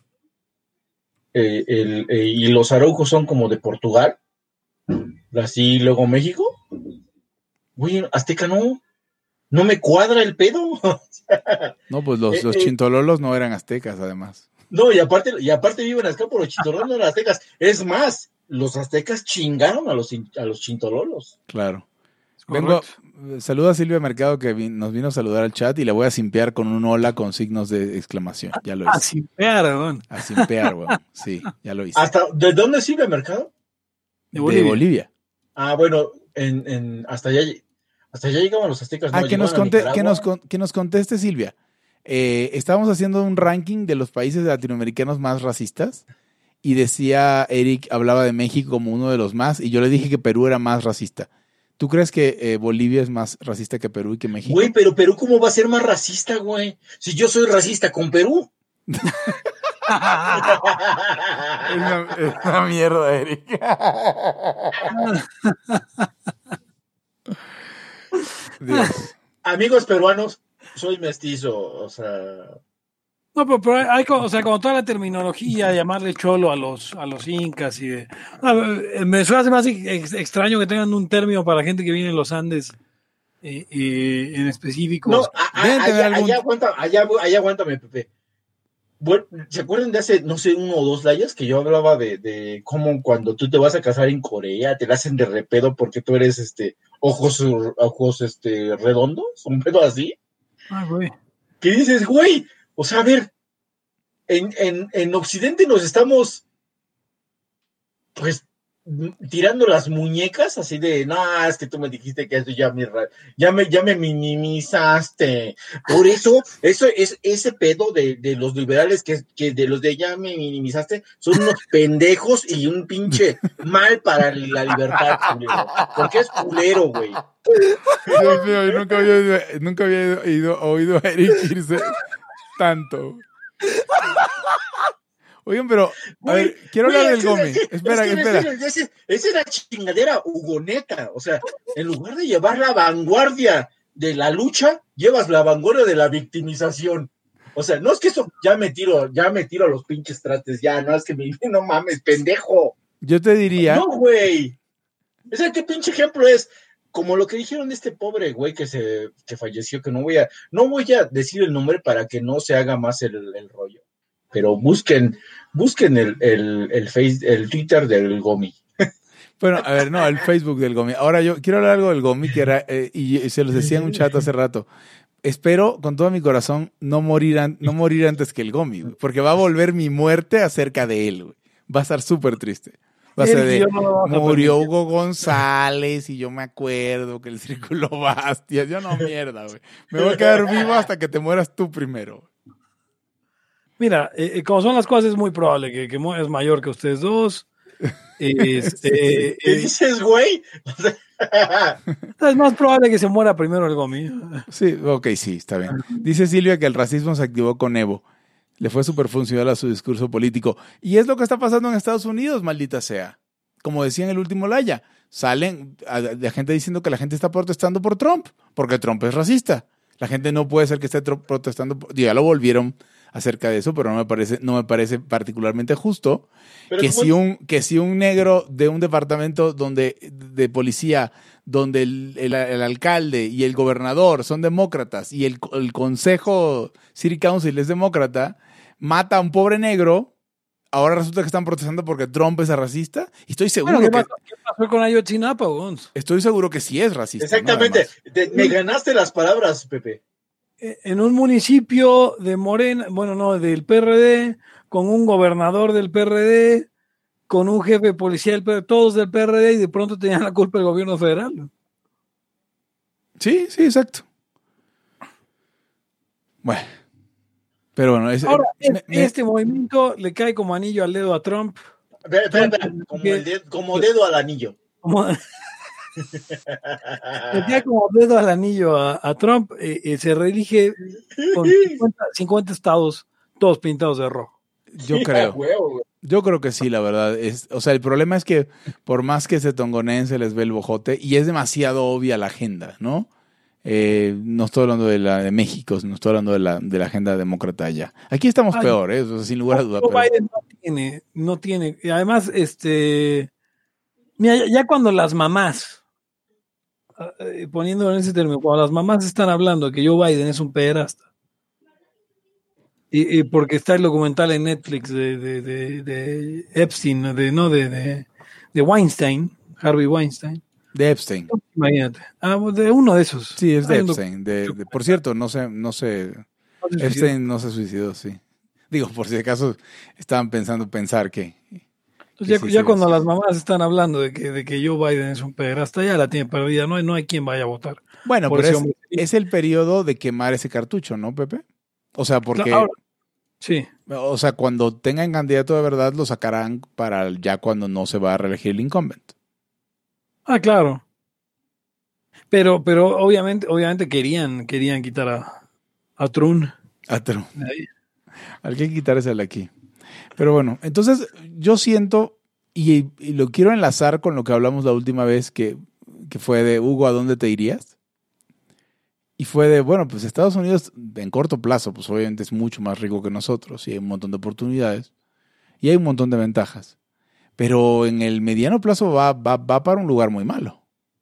Y los araucos son como de Portugal, así luego México. Güey, azteca no me cuadra el pedo. No, pues los chintololos no eran aztecas, además. No, y aparte viven acá por los chintololos, no eran aztecas. Es más, los aztecas chingaron a los chintololos. Claro. Saluda a Silvia Mercado que nos vino a saludar al chat y le voy a simpear con un hola con signos de exclamación. Ya lo hice. A simpear, weón. A simpear, weón. Sí, ya lo hice. ¿De dónde es Silvia Mercado? De Bolivia. Ah, bueno, hasta allá llegaban los aztecas. No, que nos conteste Silvia. Estábamos haciendo un ranking de los países latinoamericanos más racistas y decía Eric, hablaba de México como uno de los más y yo le dije que Perú era más racista. ¿Tú crees que Bolivia es más racista que Perú y que México? Güey, pero Perú, ¿cómo va a ser más racista, güey? Si yo soy racista con Perú. Es una mierda, Eric. Dios. Amigos peruanos, soy mestizo, o sea... No, pero hay, o sea, con toda la terminología, llamarle cholo a los incas y de... me hace más extraño que tengan un término para gente que viene en los Andes en específico. No, allá aguántame, Pepe. Bueno, ¿se acuerdan de hace, no sé, 1 o 2 layas que yo hablaba de cómo cuando tú te vas a casar en Corea te la hacen de repedo porque tú eres ojos redondos, un pedo así? Ah, güey. ¿Qué dices, güey? O sea, a ver, en Occidente nos estamos, pues, tirando las muñecas así de, no, es que tú me dijiste que eso ya me minimizaste. Por eso es ese pedo de los liberales que de los de ya me minimizaste, son unos pendejos y un pinche mal para la libertad, culero. Porque es culero, güey. Dios mío, nunca había oído a Eric irse tanto. Oigan, pero a ver, quiero hablar del Gomi. Espera. Esa es la chingadera hugoneta. O sea, en lugar de llevar la vanguardia de la lucha, llevas la vanguardia de la victimización. O sea, no es que eso, ya me tiro a los pinches trates, ya, no es que no mames, pendejo. Yo te diría. No, güey. O sea, ¿qué pinche ejemplo es? Como lo que dijeron de este pobre güey que falleció, que no voy a decir el nombre para que no se haga más el rollo. Pero busquen el Twitter del Gomi. Bueno, a ver, no, el Facebook del Gomi. Ahora yo quiero hablar algo del Gomi, que era, y se los decía en un chat hace rato. Espero con todo mi corazón no morir antes que el Gomi, güey, porque va a volver mi muerte acerca de él, güey. Va a estar súper triste. Va a ser de, murió Hugo González y yo me acuerdo que el Círculo Bastias. Yo no, mierda, güey. Me voy a quedar vivo hasta que te mueras tú primero. Mira, como son las cosas, es muy probable que es mayor que ustedes dos. ¿Qué dices, güey? Es más probable que se muera primero el Gomi. Sí, ok, sí, está bien. Dice Silvia que el racismo se activó con Evo. Le fue súper funcional a su discurso político. Y es lo que está pasando en Estados Unidos, maldita sea. Como decía en el último Laya, salen la gente diciendo que la gente está protestando por Trump, porque Trump es racista. La gente no puede ser que esté protestando, ya lo volvieron acerca de eso, pero no me parece particularmente justo Pero que si un negro de un departamento de policía donde el alcalde y el gobernador son demócratas y el consejo City Council es demócrata, mata a un pobre negro, ahora resulta que están protestando porque Trump es racista. Y estoy seguro ¿Qué pasó con Ayotzinapa, Gonz? Estoy seguro que sí es racista. Exactamente. Me ganaste las palabras, Pepe. En un municipio de Morena, del PRD, con un gobernador del PRD, con un jefe de policía del PRD, todos del PRD, y de pronto tenían la culpa el gobierno federal. Sí, exacto. Bueno. Pero bueno, ahora, este movimiento le cae como anillo al dedo a Trump. Espera, como dedo al anillo. Le cae como dedo al anillo a Trump. Se reelige con 50 estados, todos pintados de rojo. Yo creo que sí, la verdad. O sea, el problema es que por más que se tongoneen, se les ve el bojote y es demasiado obvia la agenda, ¿no? No estoy hablando de México, no estoy hablando de la agenda demócrata allá. Aquí estamos peor, o sea, sin lugar a duda. Biden no tiene. Y además, mira, ya cuando las mamás, poniéndolo en ese término, cuando las mamás están hablando que Joe Biden es un pederasta, y porque está el documental en Netflix de Epstein, de Weinstein, Harvey Weinstein. De Epstein. Imagínate. De uno de esos. Sí, es de Epstein. Por cierto, no sé. Epstein no se suicidó, sí. Digo, por si acaso estaban pensar que. Entonces ya cuando las mamás están hablando de que Joe Biden es un pederasta, ya la tiene perdida. No hay quien vaya a votar. Bueno, pero es el periodo de quemar ese cartucho, ¿no, Pepe? O sea, porque. Ahora, sí. O sea, cuando tengan candidato de verdad, lo sacarán para ya cuando no se va a reelegir el incumbent. Ah, claro. Pero obviamente querían quitar a Trump. A Trump. Hay que quitársela aquí. Pero bueno, entonces yo siento, y lo quiero enlazar con lo que hablamos la última vez, que fue de Hugo, ¿a dónde te irías? Y fue de, bueno, pues Estados Unidos en corto plazo, pues obviamente es mucho más rico que nosotros y hay un montón de oportunidades y hay un montón de ventajas. Pero en el mediano plazo va para un lugar muy malo.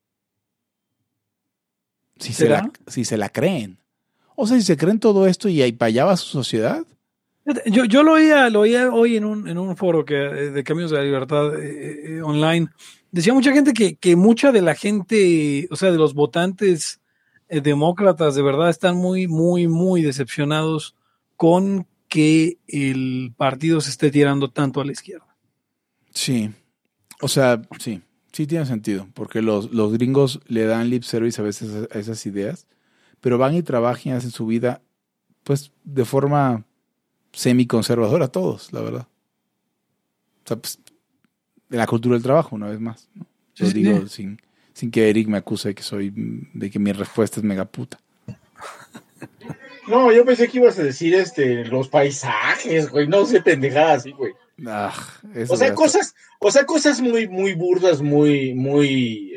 Si se la creen. O sea, si se creen todo esto y ahí para allá va su sociedad. Yo lo oía hoy en un foro de Caminos de la Libertad online. Decía mucha gente que mucha de la gente, o sea, de los votantes demócratas, de verdad están muy, muy, muy decepcionados con que el partido se esté tirando tanto a la izquierda. Sí, o sea, sí tiene sentido, porque los gringos le dan lip service a veces a esas ideas, pero van y trabajan y hacen su vida, pues, de forma semiconservadora todos, la verdad. O sea, pues, de la cultura del trabajo, una vez más, ¿no? Lo digo sin que Eric me acuse de que mi respuesta es mega puta. No, yo pensé que ibas a decir los paisajes, güey, no sé, pendejadas así, güey. Cosas muy, muy burdas, muy,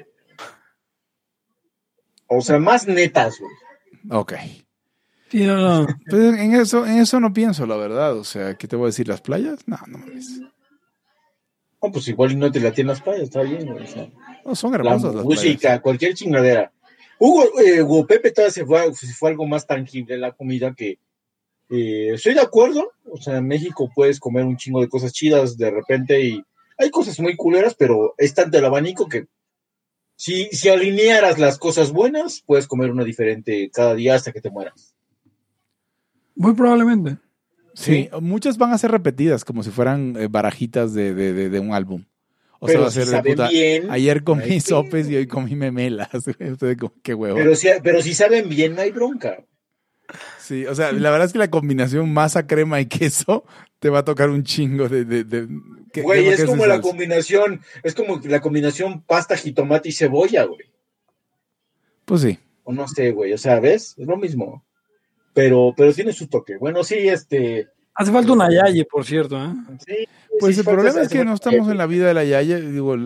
o sea, más netas, güey. Ok. Sí, no. Pues en eso no pienso, la verdad. O sea, ¿qué te voy a decir? ¿Las playas? No mames. No, pues igual no te la tienen las playas, está bien, güey. O sea, no, son hermosas la música, cualquier chingadera. Hugo Pepe todavía se fue algo más tangible, la comida que estoy de acuerdo. O sea, en México puedes comer un chingo de cosas chidas de repente y hay cosas muy culeras, pero es tanto el abanico que si alinearas las cosas buenas, puedes comer una diferente cada día hasta que te mueras. Muy probablemente. Sí, muchas van a ser repetidas como si fueran barajitas de un álbum. O pero sea, va a ser si bien, ayer comí sopes y hoy comí memelas. Qué huevo. Pero si saben bien, no hay bronca. Sí, o sea, la verdad es que la combinación masa, crema y queso te va a tocar un chingo güey, es como la combinación, pasta, jitomate y cebolla, güey. Pues sí. O no sé, güey, o sea, ¿ves? Es lo mismo. Pero tiene su toque. Bueno, sí, hace falta una yaye, por cierto, ¿eh? Sí. Pues sí, el problema es que no estamos en la vida de la yaye. Digo,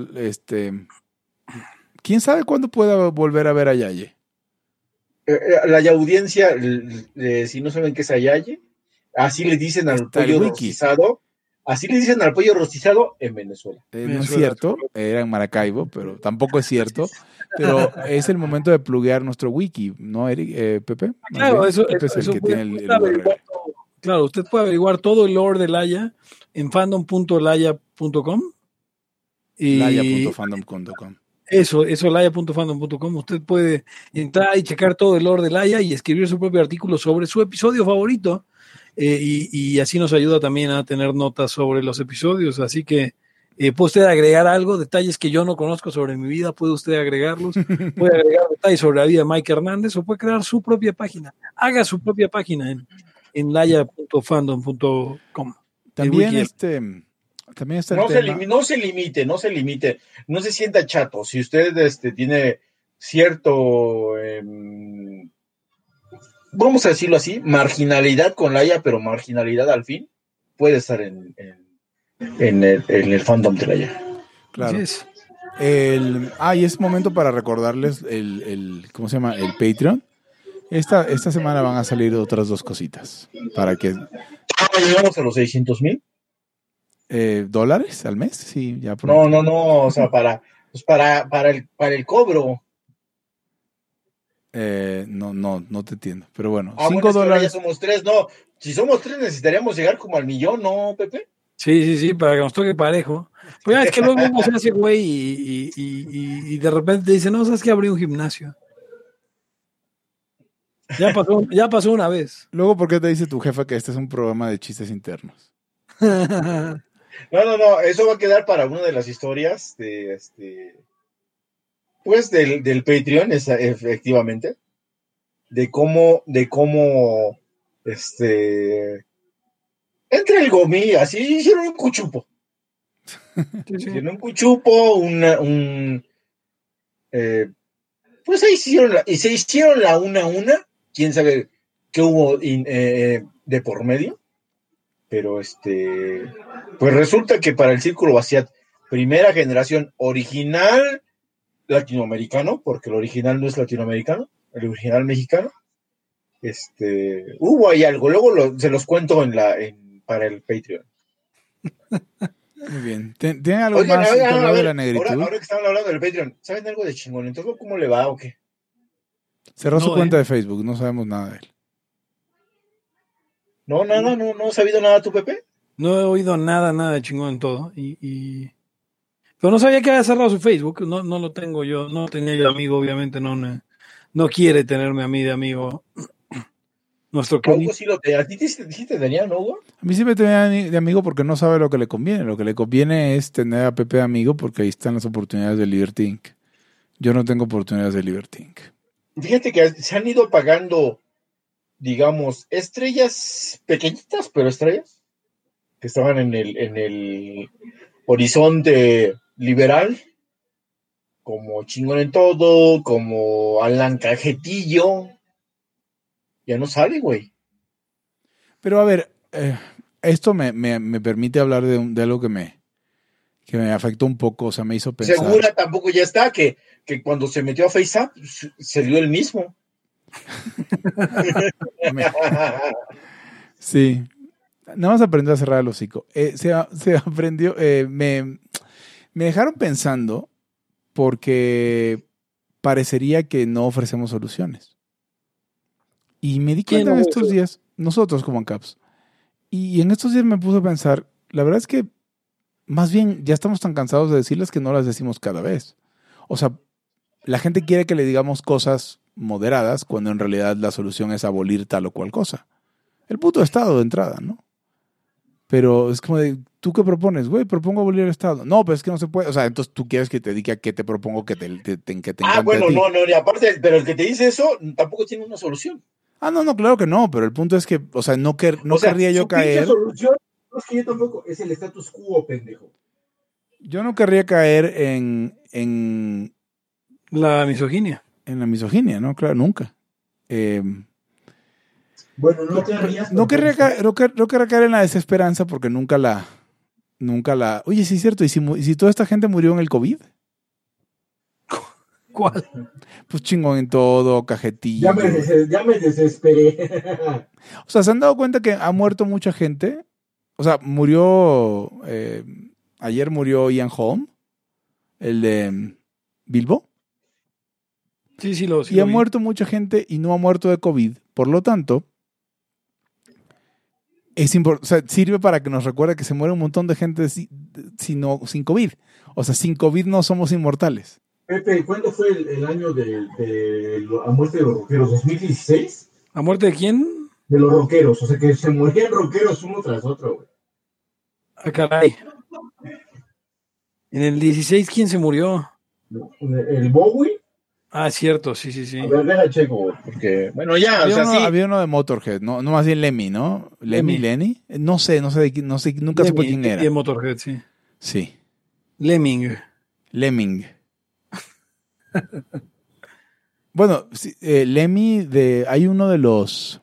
¿quién sabe cuándo pueda volver a ver a yaye? La audiencia, si no saben qué es ayaye, Así le dicen al Está el pollo wiki. rostizado. Así le dicen al pollo rostizado en Venezuela. No es Venezuela. cierto, era en Maracaibo, pero tampoco es cierto. Pero es el momento de pluguear nuestro wiki, ¿no, Eric? Pepe. Más Claro, bien, eso, Pepe eso, es el eso que puede, tiene puede el averiguar URL. todo. Claro, usted puede averiguar todo el lore de Laia en fandom.laya.com y Laya.fandom.com. eso laya.fandom.com. Usted puede entrar y checar todo el lore de Laia y escribir su propio artículo sobre su episodio favorito. Y así nos ayuda también a tener notas sobre los episodios. Así que puede usted agregar algo, detalles que yo no conozco sobre mi vida, puede usted agregarlos. Puede agregar detalles sobre la vida de Mike Hernández o puede crear su propia página. Haga su propia página en laya.fandom.com. También también está el tema. No se limite. No se sienta chato. Si usted tiene cierto, vamos a decirlo así, marginalidad con Laia, pero marginalidad al fin, puede estar en el fandom de Laia. Claro. Así es. Y es momento para recordarles ¿cómo se llama? El Patreon. Esta semana van a salir otras 2 cositas para que ¿Llegamos a los 600,000? ¿dólares al mes? Sí, ya pronto. No, o sea, para el cobro. No te entiendo. Pero bueno, bueno, $5. ahora ya somos 3, no. Si somos 3 necesitaríamos llegar como al 1,000,000, ¿no, Pepe? Sí, para que nos toque parejo. Pues ya es que luego uno se hace güey y de repente dice, no, ¿sabes que abrí un gimnasio? Ya pasó una vez. Luego, ¿por qué te dice tu jefa que este es un programa de chistes internos? No, eso va a quedar para una de las historias de pues del Patreon, efectivamente, de cómo entre el Gomi, así hicieron un cuchupo. Hicieron un cuchupo, pues ahí se hicieron la una, quién sabe qué hubo de por medio, pero pues resulta que para el Círculo Baciat, primera generación original latinoamericano, porque el original no es latinoamericano, el original mexicano, hubo ahí algo, luego se los cuento para el Patreon. Muy bien. ¿Tienen algo más que hablar de la negritud? Ahora que estaban hablando del Patreon, ¿saben algo de Chingón? Entonces, ¿cómo le va o qué? Cerró su cuenta de Facebook, no sabemos nada de él. No has sabido nada tú, Pepe. No he oído nada de Chingón en todo. Pero no sabía que había cerrado su Facebook. No lo tengo yo. No tenía yo amigo, obviamente. No quiere tenerme a mí de amigo. Nuestro Hugo sí ¿A ti sí te tenía, no, Hugo? A mí sí me tenía de amigo porque no sabe lo que le conviene. Lo que le conviene es tener a Pepe de amigo porque ahí están las oportunidades de Liberty Inc. Yo no tengo oportunidades de Liberty Inc. Fíjate que se han ido pagando, digamos, estrellas pequeñitas, pero estrellas que estaban en el horizonte liberal, como Chingón en Todo, como Alan Cajetillo. Ya no sale, güey. Pero a ver, esto me permite hablar de algo que me afectó un poco, o sea, me hizo pensar. Segura tampoco ya está, que cuando se metió a FaceApp se dio el mismo. Sí. Nada más aprendió a cerrar el hocico. Se aprendió, me dejaron pensando porque parecería que no ofrecemos soluciones. Y me di cuenta en estos días, nosotros como ANCAPS, y en estos días me puse a pensar, la verdad es que más bien ya estamos tan cansados de decirles que no las decimos cada vez. O sea, la gente quiere que le digamos cosas moderadas cuando en realidad la solución es abolir tal o cual cosa. El puto Estado de entrada, ¿no? Pero es como de, ¿tú qué propones? Güey, propongo abolir el Estado. No, pero es que no se puede. O sea, entonces tú quieres que te diga qué te propongo que te encante. Bueno, no, y aparte, pero el que te dice eso tampoco tiene una solución. No, claro que no, pero el punto es que, o sea, no querría yo caer. Solución, no es que yo tampoco, es el status quo, pendejo. Yo no querría caer en la misoginia. En la misoginia, ¿no? Claro, nunca. Bueno, no querrías. No querría caer en la desesperanza porque nunca la. Oye, sí es cierto, ¿y si toda esta gente murió en el COVID? ¿Cuál? Pues chingón en todo, cajetillo. Ya me desesperé. O sea, ¿se han dado cuenta que ha muerto mucha gente? O sea, murió... ayer murió Ian Holm, el de Bilbo. Sí, sí Y lo ha vi. muerto mucha gente y no ha muerto de COVID. Por lo tanto, o sea, sirve para que nos recuerde que se muere un montón de gente sin COVID. O sea, sin COVID no somos inmortales. Pepe, ¿cuándo fue el año de la muerte de los rockeros? ¿2016? ¿La muerte de quién? De los rockeros, o sea que se morían rockeros uno tras otro, güey. Ah, caray. En el 16, ¿quién se murió? ¿El Bowie? Ah, cierto, sí, sí, sí. A ver, deja checo, güey, porque... Bueno, ya, Había, o sea, uno, sí. había uno de Motorhead, no más bien Lemmy, ¿no? Lenny. No sé nunca supe quién era. Y de Motorhead, sí. Sí, Lemming. Lemming. Bueno, sí, Lemmy hay uno de los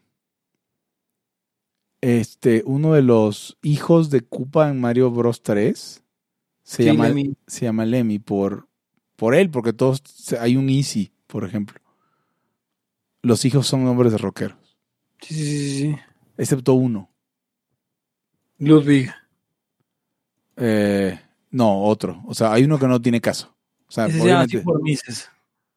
hijos de Koopa en Mario Bros 3 se Sí, llama Lemmy. Lemmy por él, porque todos hay un Easy, por ejemplo. Los hijos son nombres de rockeros, Sí, sí, sí, sí. excepto uno. Ludwig. No, otro. O sea, hay uno que no tiene caso. O sea, Ese se llama así obviamente por Mises.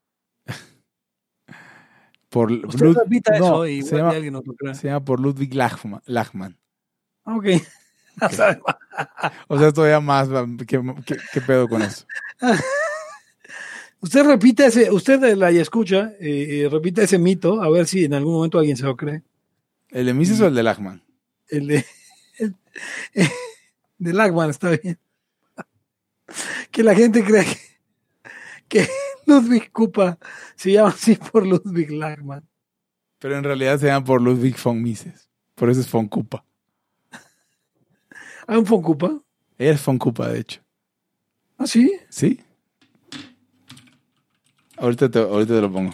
por Usted repita eso no, y se igual llama, alguien no lo crea. se llama por Ludwig Lachmann. Ah, ok. O sea, O sea, todavía más. ¿Qué pedo con eso? usted repite usted la escucha, repite ese mito, a ver si en algún momento alguien se lo cree. ¿El de Mises o el de Lachmann? El de Lachmann, está bien. Que la gente crea que Ludwig Koopa se llama así por Ludwig Lachmann. Pero en realidad se llama por Ludwig von Mises. Por eso es von Koopa. ¿Ah, un von Koopa? Él es von Koopa, de hecho. ¿Ah, sí? ¿Sí? Ahorita te lo pongo.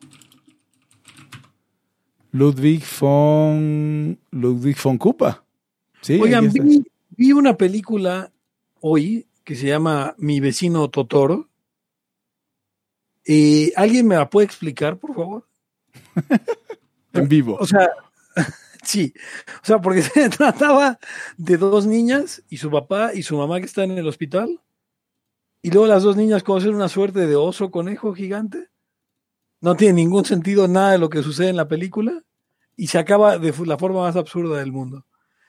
Ludwig von Koopa. Sí, Oigan, aquí está. vi una película hoy que se llama Mi vecino Totoro. ¿Alguien me la puede explicar, por favor? En vivo. O sea, sí. O sea, porque se trataba de dos niñas y su papá y su mamá que están en el hospital. Y luego las dos niñas conocen una suerte de oso conejo gigante. No tiene ningún sentido nada de lo que sucede en la película. Y se acaba de la forma más absurda del mundo.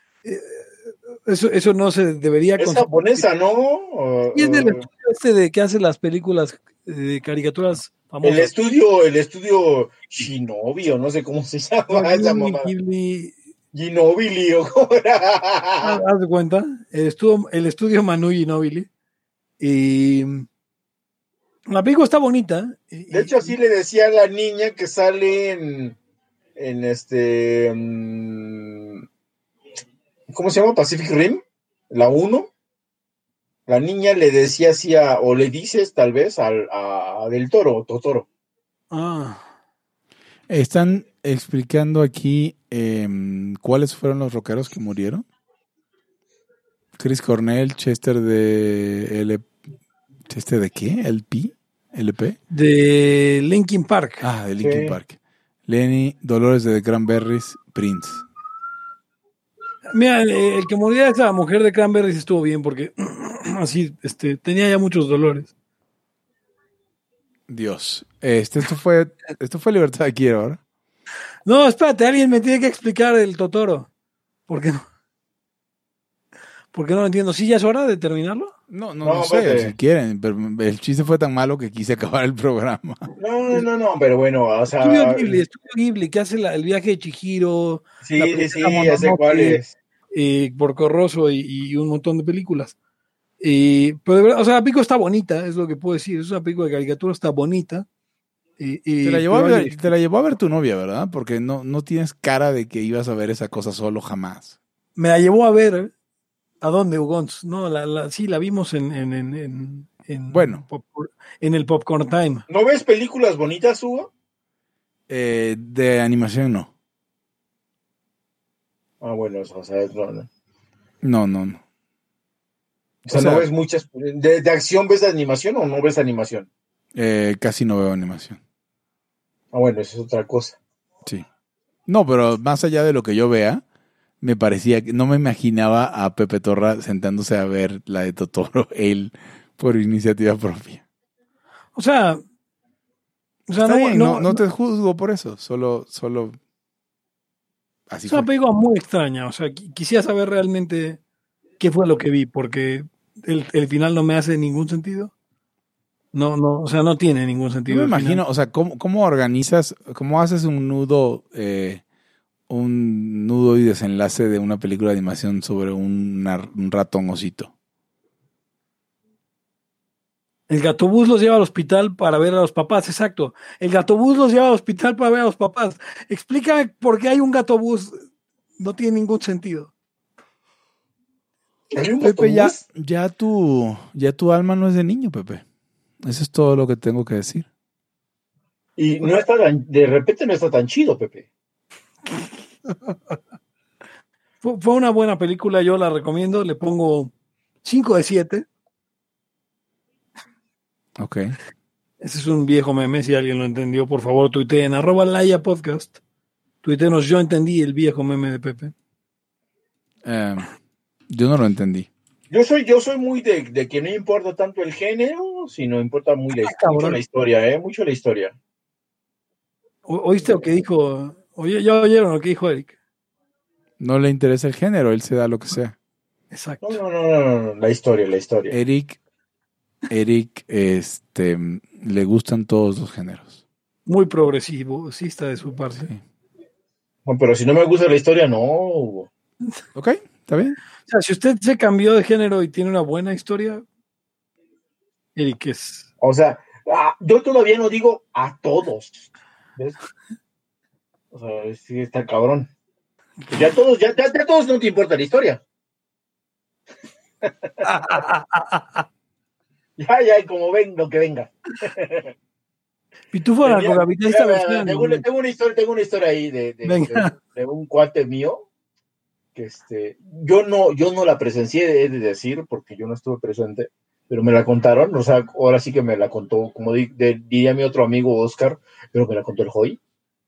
Eso no se debería... Es japonesa, ¿no? Y es del estudio de que hace las películas de caricaturas famosas. El estudio Shinobi, o no sé cómo se llama esa mamá. Ginobili, o cómo era. Haz de cuenta. El estudio Manu Ginobili. Y la película está bonita. De hecho, así le decía a la niña que sale ¿cómo se llama? Pacific Rim, la 1. La niña le decía así o le dices tal vez a Del Toro, Totoro. Ah. Están explicando aquí cuáles fueron los rockeros que murieron. Chris Cornell, Chester de ¿Chester de qué? ¿LP? De Linkin Park. Ah, de Linkin Sí. Park. Lenny, Dolores de The Cranberries, Prince. Mira, el que moría esa mujer de Cranberries estuvo bien porque así tenía ya muchos dolores. Dios. Esto fue Libertad aquí ahora. No, espérate, alguien me tiene que explicar el Totoro. ¿Por qué no? Porque no lo entiendo. ¿Sí ya es hora de terminarlo? No sé, vete. si quieren, pero el chiste fue tan malo que quise acabar el programa. No, pero bueno, o sea. Estudio Ghibli, que hace el viaje de Chihiro. Sí, la princesa ya sé cuál es. Porco Rosso y un montón de películas. Pero de verdad, o sea, la película está bonita, es lo que puedo decir. Es una película de caricatura, está bonita. Te la llevó a ver tu novia, ¿verdad? Porque no tienes cara de que ibas a ver esa cosa solo jamás. Me la llevó a ver. ¿A dónde, Ugons? No, sí, la vimos en el Popcorn Time. ¿No ves películas bonitas, Hugo? De animación no. Ah, bueno, o sea, No. O sea, ¿no ves muchas? ¿De acción ves animación o no ves animación? Casi no veo animación. Ah, bueno, eso es otra cosa. Sí. No, pero más allá de lo que yo vea, me parecía que no me imaginaba a Pepe Torra sentándose a ver la de Totoro, él, por iniciativa propia. O sea, Está bien, no te juzgo por eso, solo así es una fue. película muy extraña. O sea, quisiera saber realmente qué fue lo que vi, porque el final no me hace ningún sentido. No, o sea, no tiene ningún Yo sentido. me el imagino, final. o sea, cómo organizas, cómo haces un nudo y desenlace de una película de animación sobre un ratón osito. El gatobús los lleva al hospital para ver a los papás, exacto. El gatobús los lleva al hospital para ver a los papás. Explícame por qué hay un gatobús. No tiene ningún sentido. ¿Hay un Pepe, autobús? ya tu alma no es de niño, Pepe. Eso es todo lo que tengo que decir. Y no está de repente no está tan chido, Pepe. Fue una buena película, yo la recomiendo. Le pongo 5 de 7. Ok. Ese es un viejo meme, si alguien lo entendió, por favor, tuiteen @LayaPodcast. Tuitenos, yo entendí el viejo meme de Pepe. Yo no lo entendí. Yo soy muy de que no importa tanto el género, sino importa mucho la historia, mucho la historia. ¿Oíste lo que dijo? ¿Ya oyeron lo que dijo Eric? No le interesa el género, él se da lo que sea. Exacto. No, la historia. Eric, le gustan todos los géneros. Muy progresivista de su parte. Sí. Bueno, pero si no me gusta la historia, no. Ok, está bien. O sea, si usted se cambió de género y tiene una buena historia, Eric es... O sea, yo todavía no digo a todos. ¿Ves? O sea, sí está cabrón. Pues ya todos no te importa la historia. Ya, como ven, lo que venga. Pitufo narcocapitalista versión. Tengo una historia ahí de un cuate mío que yo no la presencié, he de decir, porque yo no estuve presente, pero me la contaron, o sea, ahora sí que me la contó, como diría mi otro amigo Oscar, pero me la contó el Joy.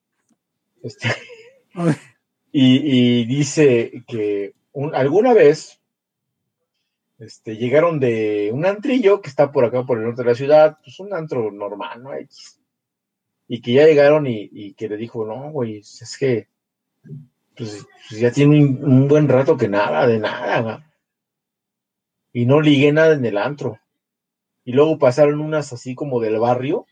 Y dice que alguna vez llegaron de un antrillo que está por acá, por el norte de la ciudad, pues un antro normal, ¿no? Y que ya llegaron y que le dijo, no, güey, es que pues ya tiene un buen rato que nada, de nada, ¿no? Y no ligué nada en el antro. Y luego pasaron unas así como del barrio,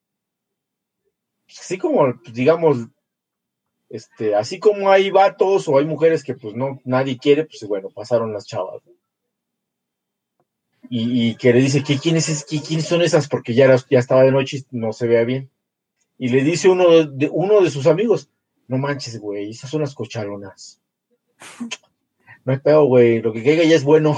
así como, pues, digamos, así como hay vatos o hay mujeres que pues no, nadie quiere, pues bueno, pasaron las chavas, ¿no? Y que le dice, ¿quiénes son esas? Porque ya estaba de noche y no se vea bien. Y le dice uno de sus amigos, no manches, güey, esas son las cochalonas. No hay pedo, güey, lo que caiga ya es bueno.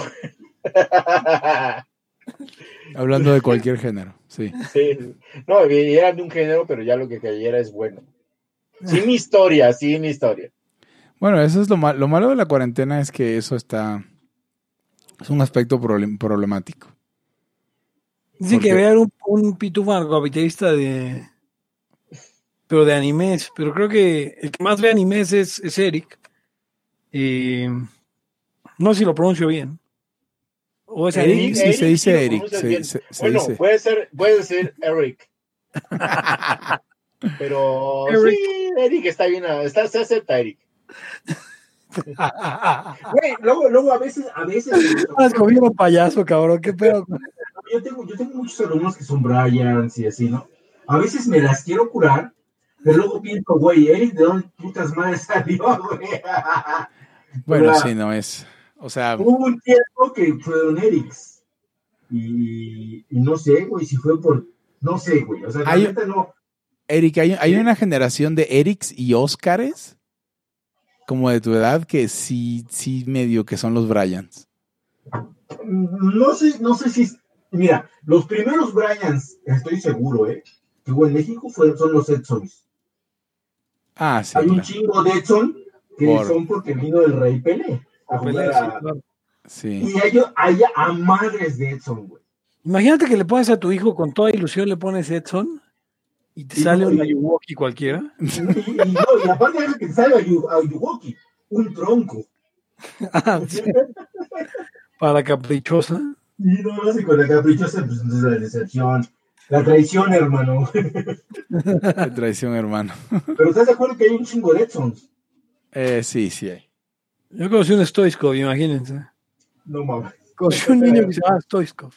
Hablando de cualquier género, sí. Sí. No, eran de un género, pero ya lo que cayera es bueno. Sin historia. Bueno, eso es lo malo de la cuarentena, es que eso es un aspecto problemático. Dicen que vean un pitufo narcocapitalista pero de animes, pero creo que el que más ve animes es Eric. No sé si lo pronuncio bien. ¿O es Eric? Sí, se dice Eric. Bueno, dice. Puede ser Eric. Pero Eric. Sí, Eric está bien, se acepta Eric. Güey, luego a veces Has comido un payaso, cabrón, qué pedo. Yo tengo muchos alumnos que son Bryans y así, ¿no? A veces me las quiero curar, pero luego pienso, güey, Eric, ¿de dónde putas madres salió, güey? Bueno, sí, no es. O sea. Hubo un tiempo que fueron Erics. Y no sé, güey, si fue por. No sé, güey. O sea, la neta no. Eric, hay una generación de Erics y Óscares, como de tu edad, que sí medio que son los Bryans. No sé si. Mira, los primeros Bryans, estoy seguro, que hubo en México son los Edsons. Ah, sí. Hay un chingo de Edson que son porque vino el Rey Pelé a jugar Sí. Y hay a madres de Edson, güey. Imagínate que le pones a tu hijo con toda ilusión, le pones Edson y te sale un Ayuwoki cualquiera. Y aparte de que te sale Ayuwoki, un tronco. Sí. Para caprichosa. Y no lo hace con la caprichosa, pues entonces la decepción. La traición, hermano. La traición, hermano. Pero ¿estás de acuerdo que hay un chingo de Edsons? Sí hay. Yo conocí un Stoichkov, imagínense. No mames. Conocí un niño que se llama Stoichkov.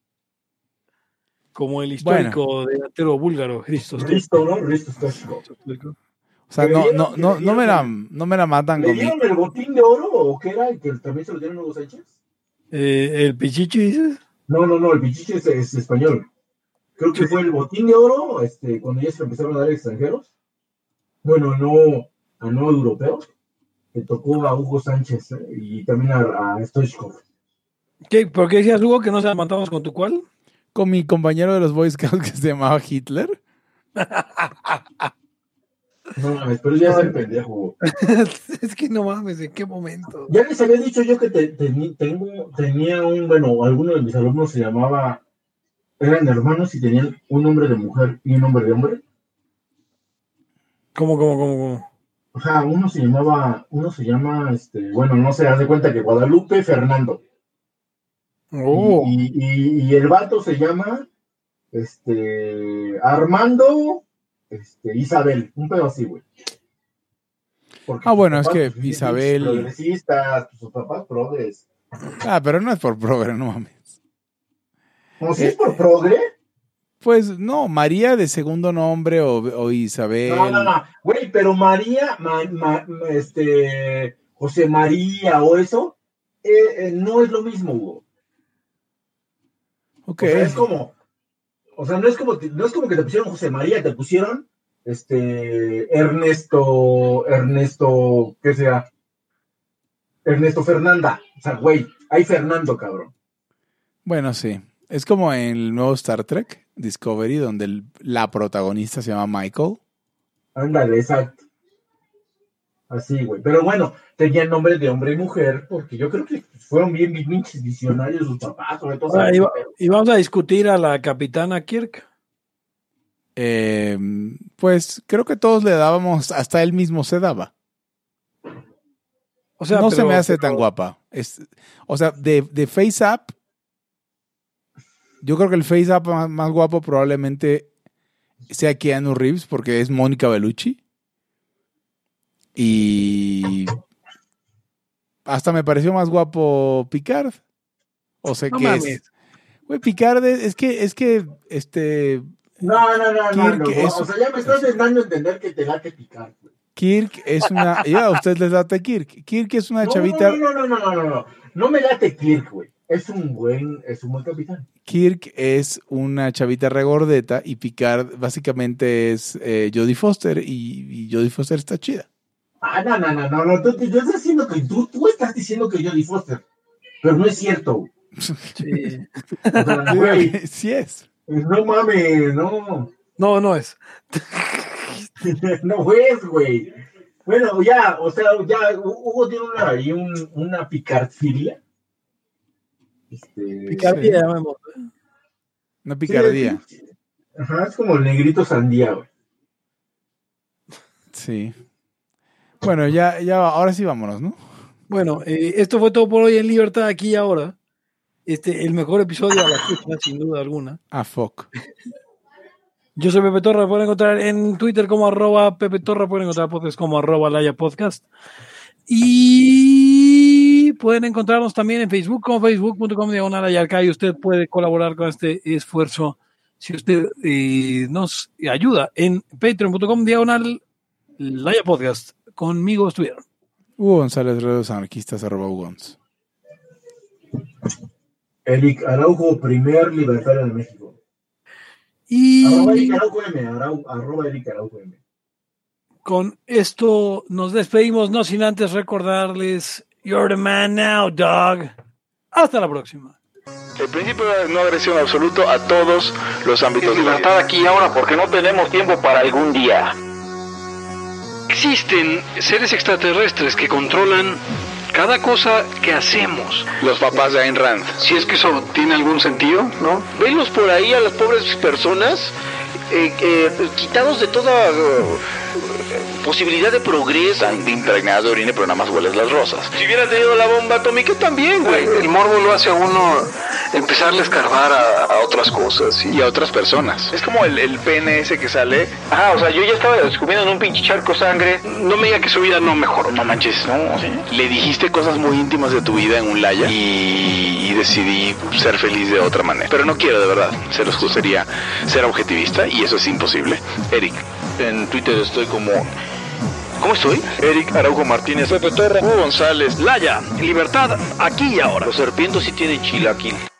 Como el histórico delantero búlgaro, Hristo Stoichkov. O sea, no me la matan ¿Le dieron el botín de oro o qué era? ¿Que también se lo dieron a Hugo Sánchez? ¿El Pichichi dices? No, el Pichichi es español. Creo que fue el botín de oro cuando ya se lo empezaron a dar a extranjeros. Bueno, no europeos. Le tocó a Hugo Sánchez y también a Stoichkov. ¿Por qué decías, Hugo, que no se matamos con tu cuál? Con mi compañero de los Boy Scouts que se llamaba Hitler. No mames, pero ya es el pendejo. Es que no mames, ¿en qué momento? Ya les había dicho yo que tenía alguno de mis alumnos se llamaba, eran hermanos y tenían un nombre de mujer y un nombre de hombre. ¿Cómo? O sea, uno se llama, no sé, haz de cuenta que Guadalupe Fernando. Oh. Y el vato se llama, Armando, Isabel, un pedo así, güey. Bueno, es que Isabel... Progresistas, sus papás progres. Pero no es por progre, no mames. ¿No si es por progre? Pues no, María de segundo nombre o Isabel. No, güey, pero María, José María o eso, no es lo mismo, Hugo. Ok. O sea, no es como que te pusieron José María, te pusieron Ernesto, ¿qué sea? Ernesto Fernanda. O sea, güey, hay Fernando, cabrón. Bueno, sí. Es como en el nuevo Star Trek, Discovery, donde la protagonista se llama Michael. Ándale, exacto. Así, güey. Pero bueno, tenían nombre de hombre y mujer, porque yo creo que fueron bien pinches visionarios sus papás, sobre todo. ¿Y vamos a discutir a la capitana Kirk? Pues creo que todos le dábamos, hasta él mismo se daba. O sea, no se me hace tan guapa. O sea, de Face Up, yo creo que el Face Up más guapo probablemente sea Keanu Reeves, porque es Mónica Bellucci. Y hasta me pareció más guapo Picard. O sea, no que mames. Güey, Picard es que No. O sea, ya me estás dando a entender que te late Picard, güey. Kirk es una... Ya, a ustedes les late Kirk. Kirk es una chavita... No. No me late Kirk, güey. Es un buen capitán. Kirk es una chavita regordeta y Picard básicamente es Jodie Foster y Jodie Foster está chida. No. Yo estoy diciendo que tú estás diciendo que Jodie Foster, pero no es cierto. Sí. O sea, güey, sí es. No mames, no. No es. No es, güey. Bueno, ya, o sea, ya Hugo tiene una picardfilia. Picardía, llamemos. Una picardía. Sí, ajá, es como el negrito sandía, güey. Sí. Bueno, ya, ahora sí vámonos, ¿no? Bueno, esto fue todo por hoy en Libertad aquí y ahora. El mejor episodio a la fecha, sin duda alguna. Fuck. Yo soy Pepe Torra, me pueden encontrar en Twitter como @Pepe Torra, pueden encontrar podcast como @LayaPodcast. Y pueden encontrarnos también en Facebook como facebook.com/Layarca, y usted puede colaborar con este esfuerzo si usted nos ayuda en patreon.com/LayaPodcast. Conmigo estuvieron Hugo González, Redes Anarquistas, @Hugons. Eric Araujo, primer libertario de México. Y Eric Araujo M. Con esto nos despedimos, no sin antes recordarles: You're the man now, dog. Hasta la próxima. El principio de no agresión absoluto a todos los ámbitos. Libertad aquí y ahora, porque no tenemos tiempo para algún día. Existen seres extraterrestres que controlan cada cosa que hacemos. Los papás de Ayn Rand. Si es que eso tiene algún sentido, ¿no? Venlos por ahí a las pobres personas quitados de toda posibilidad de progreso. Están impregnadas de orina, pero nada más hueles las rosas. Si hubiera tenido la bomba atómica también, güey. El morbo lo hace a uno empezarle a escarbar a otras cosas Y a otras personas. Es como el pene ese que sale. Ajá, o sea, yo ya estaba descubriendo en un pinche charco de sangre. No me diga que su vida no mejoró. No manches, no. ¿Sí? Le dijiste cosas muy íntimas de tu vida en un laya y decidí ser feliz de otra manera. Pero no quiero, de verdad. Se los gustaría ser objetivista y eso es imposible. Eric. En Twitter estoy como... ¿Cómo estoy? Eric Araujo Martínez, Pepe Torre, Hugo González. Laya, libertad, aquí y ahora. Los serpientes sí tienen chilaquil.